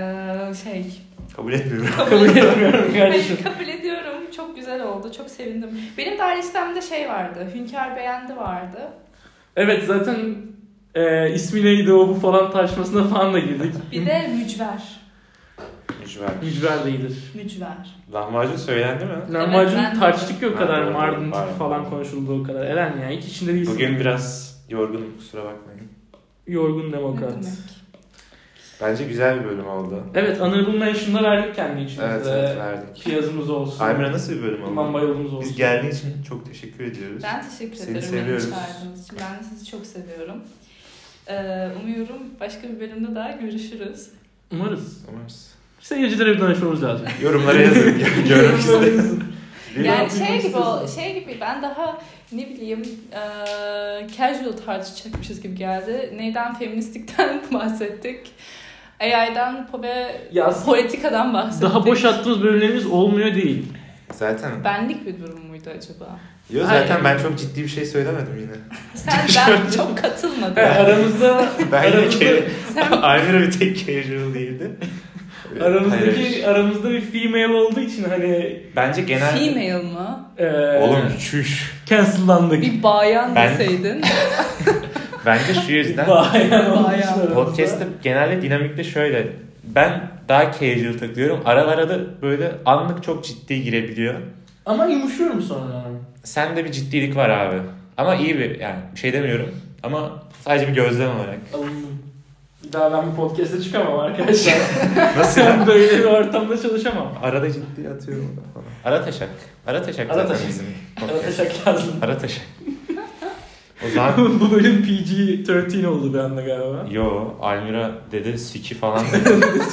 Speaker 2: Kabul etmiyorum.
Speaker 1: Kabul etmiyorum kardeşim.
Speaker 3: kabul ediyorum. Çok güzel oldu. Çok sevindim. Benim de listemde vardı. Hünkar Beğendi vardı.
Speaker 1: Evet zaten ismi neydi o bu falan tartışmasına falan da girdik.
Speaker 3: Bir de Mücver.
Speaker 2: Mücver.
Speaker 1: Mücver de iyidir.
Speaker 3: Mücver.
Speaker 2: Lahmacun söylendi mi?
Speaker 1: Lahmacun
Speaker 3: ben de-
Speaker 1: tartıştık ya o kadar.
Speaker 2: Ben de-
Speaker 1: Mardin
Speaker 2: var.
Speaker 1: tipi falan konuşuldu o kadar. Eren ya hiç içinde değilsin.
Speaker 2: Bugün biraz yorgunum, kusura bakmayın.
Speaker 1: Yorgun
Speaker 3: Ne
Speaker 1: demokrat.
Speaker 3: demek?
Speaker 2: Bence güzel bir bölüm oldu.
Speaker 1: Evet, honorable mention'da verdik kendi içimizde.
Speaker 2: Evet verdik.
Speaker 1: Piyazımız olsun.
Speaker 2: Almira nasıl bir bölüm oldu?
Speaker 1: İmam bayılımız olsun.
Speaker 2: Biz geldiğin için çok teşekkür ediyoruz.
Speaker 3: Ben teşekkür
Speaker 2: Seni
Speaker 3: ederim beni
Speaker 2: seviyoruz.
Speaker 3: çağırdığınız için. Ben de sizi çok seviyorum. Umuyorum başka bir bölümde daha görüşürüz.
Speaker 1: Umarız.
Speaker 2: Umarız.
Speaker 1: Seyircilere bir danışmamız lazım.
Speaker 2: Yorumlara yazın. Görmek istedim.
Speaker 1: yazın.
Speaker 3: Yani
Speaker 1: Biraz
Speaker 3: şey gibi ben daha ne bileyim casual tartışacakmışız gibi geldi. Neyden? Feministlikten bahsettik. AI'dan ve
Speaker 1: Yaz.
Speaker 3: politikadan bahsettik.
Speaker 1: Daha boş attığımız bölümlerimiz olmuyor değil.
Speaker 2: Zaten.
Speaker 3: Benlik bir durum muydu acaba?
Speaker 2: Yo, zaten ben çok ciddi bir şey söylemedim yine.
Speaker 3: Ben çok katılmadım.
Speaker 1: Evet, aramızda
Speaker 3: Sen
Speaker 2: Almira bir tek casual değildi. Hayır.
Speaker 1: aramızda bir female olduğu için hani
Speaker 2: Bence genel...
Speaker 3: female mı?
Speaker 2: Oğlum çüş.
Speaker 1: Cancellandık.
Speaker 3: Bir bayan
Speaker 2: Ben-
Speaker 3: deseydin.
Speaker 2: Bence şu yüzden
Speaker 1: Bayağı olmuş
Speaker 3: Bayağı.
Speaker 1: aramızda.
Speaker 2: podcast'te genelde dinamikte şöyle. Ben daha casual takılıyorum. Aralara da böyle anlık çok ciddi girebiliyor.
Speaker 1: Ama yumuşuyorum sonra.
Speaker 2: Sende bir ciddilik var abi. Ama iyi bir, yani bir şey demiyorum. Ama sadece bir gözlem olarak.
Speaker 1: Alındım. Bir daha ben bu podcast'e çıkamam arkadaşlar.
Speaker 2: Nasıl
Speaker 1: Ben
Speaker 2: ya?
Speaker 1: böyle bir ortamda çalışamam.
Speaker 2: Arada ciddi atıyorum falan. Ara taşak. Ara taşak
Speaker 1: Ara
Speaker 2: zaten
Speaker 1: taşak.
Speaker 2: bizim
Speaker 1: Ara
Speaker 2: podcast.
Speaker 1: taşak yazdım.
Speaker 2: Ara taşak. O zaman
Speaker 1: Bu bölüm PG-13 oldu bir anda galiba.
Speaker 2: yo, Almira dedi siki falan dedi.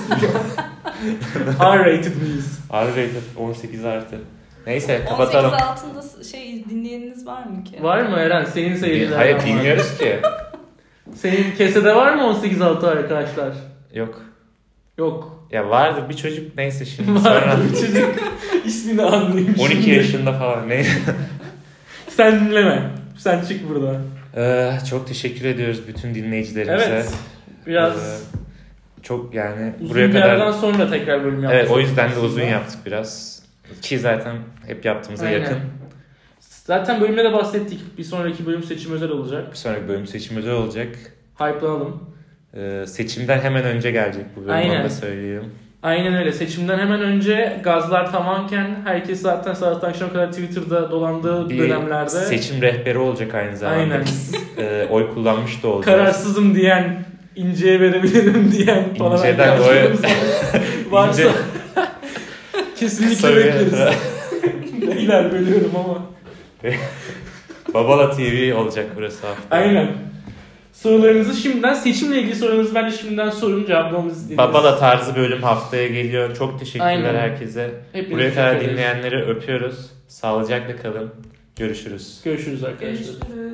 Speaker 1: R-rated miyiz?
Speaker 2: R-rated 18 artı. Neyse kapatalım.
Speaker 3: 18 altında dinleyeniniz var mı ki?
Speaker 1: Var mı Eren? Senin seyirciler
Speaker 2: Hayır
Speaker 1: var mı?
Speaker 2: bilmiyoruz ki.
Speaker 1: Senin kesede var mı 18 altı arkadaşlar?
Speaker 2: Yok.
Speaker 1: Yok.
Speaker 2: Ya vardı bir çocuk, neyse şimdi
Speaker 1: Var
Speaker 2: sonra
Speaker 1: bir çocuk. İsmini anlayayım
Speaker 2: 12
Speaker 1: şimdi.
Speaker 2: yaşında falan neyse.
Speaker 1: Sen dinleme. Sen çık buradan.
Speaker 2: Çok teşekkür ediyoruz bütün dinleyicilerimize.
Speaker 1: Evet. Biraz
Speaker 2: Çok yani
Speaker 1: uzun
Speaker 2: buraya
Speaker 1: bir
Speaker 2: kadar
Speaker 1: yerden sonra tekrar bölüm yaptık.
Speaker 2: evet, o yüzden de uzun yaptık biraz. Ki zaten hep yaptığımıza
Speaker 1: Aynen.
Speaker 2: yakın.
Speaker 1: Zaten bölümde de bahsettik. Bir sonraki bölüm seçim özel olacak.
Speaker 2: Bir sonraki bölüm seçim özel olacak.
Speaker 1: Hype'lanalım.
Speaker 2: Seçimden hemen önce gelecek bu bölüm,
Speaker 1: Aynen.
Speaker 2: onu da söyleyeyim.
Speaker 1: Aynen öyle. Seçimden hemen önce gazlar tamamken herkes zaten sabahtan akşama kadar Twitter'da dolandığı
Speaker 2: Bir
Speaker 1: dönemlerde
Speaker 2: seçim rehberi olacak aynı zamanda.
Speaker 1: Aynen.
Speaker 2: Biz oy kullanmış da olacağız.
Speaker 1: kararsızım diyen, İnce'ye verebilirim diyen falan
Speaker 2: İnce'den
Speaker 1: arkadaşlarımız varsa
Speaker 2: İnce-
Speaker 1: kesinlikle
Speaker 2: Kısa bir-
Speaker 1: bekleriz. Beyler bölüyorum ama.
Speaker 2: Babala TV olacak burası hafta.
Speaker 1: Aynen. Sorularınızı şimdiden, seçimle ilgili sorularınızı bence şimdiden sorun, cevaplamamızı istediğiniz.
Speaker 2: Babala tarzı bölüm haftaya geliyor. Çok teşekkürler
Speaker 1: Aynen.
Speaker 2: herkese.
Speaker 1: Hepinize
Speaker 2: Buraya kadar
Speaker 1: teşekkür ederiz.
Speaker 2: dinleyenleri öpüyoruz. Sağlıcakla kalın. Görüşürüz.
Speaker 1: Görüşürüz arkadaşlar.
Speaker 3: Görüşürüz.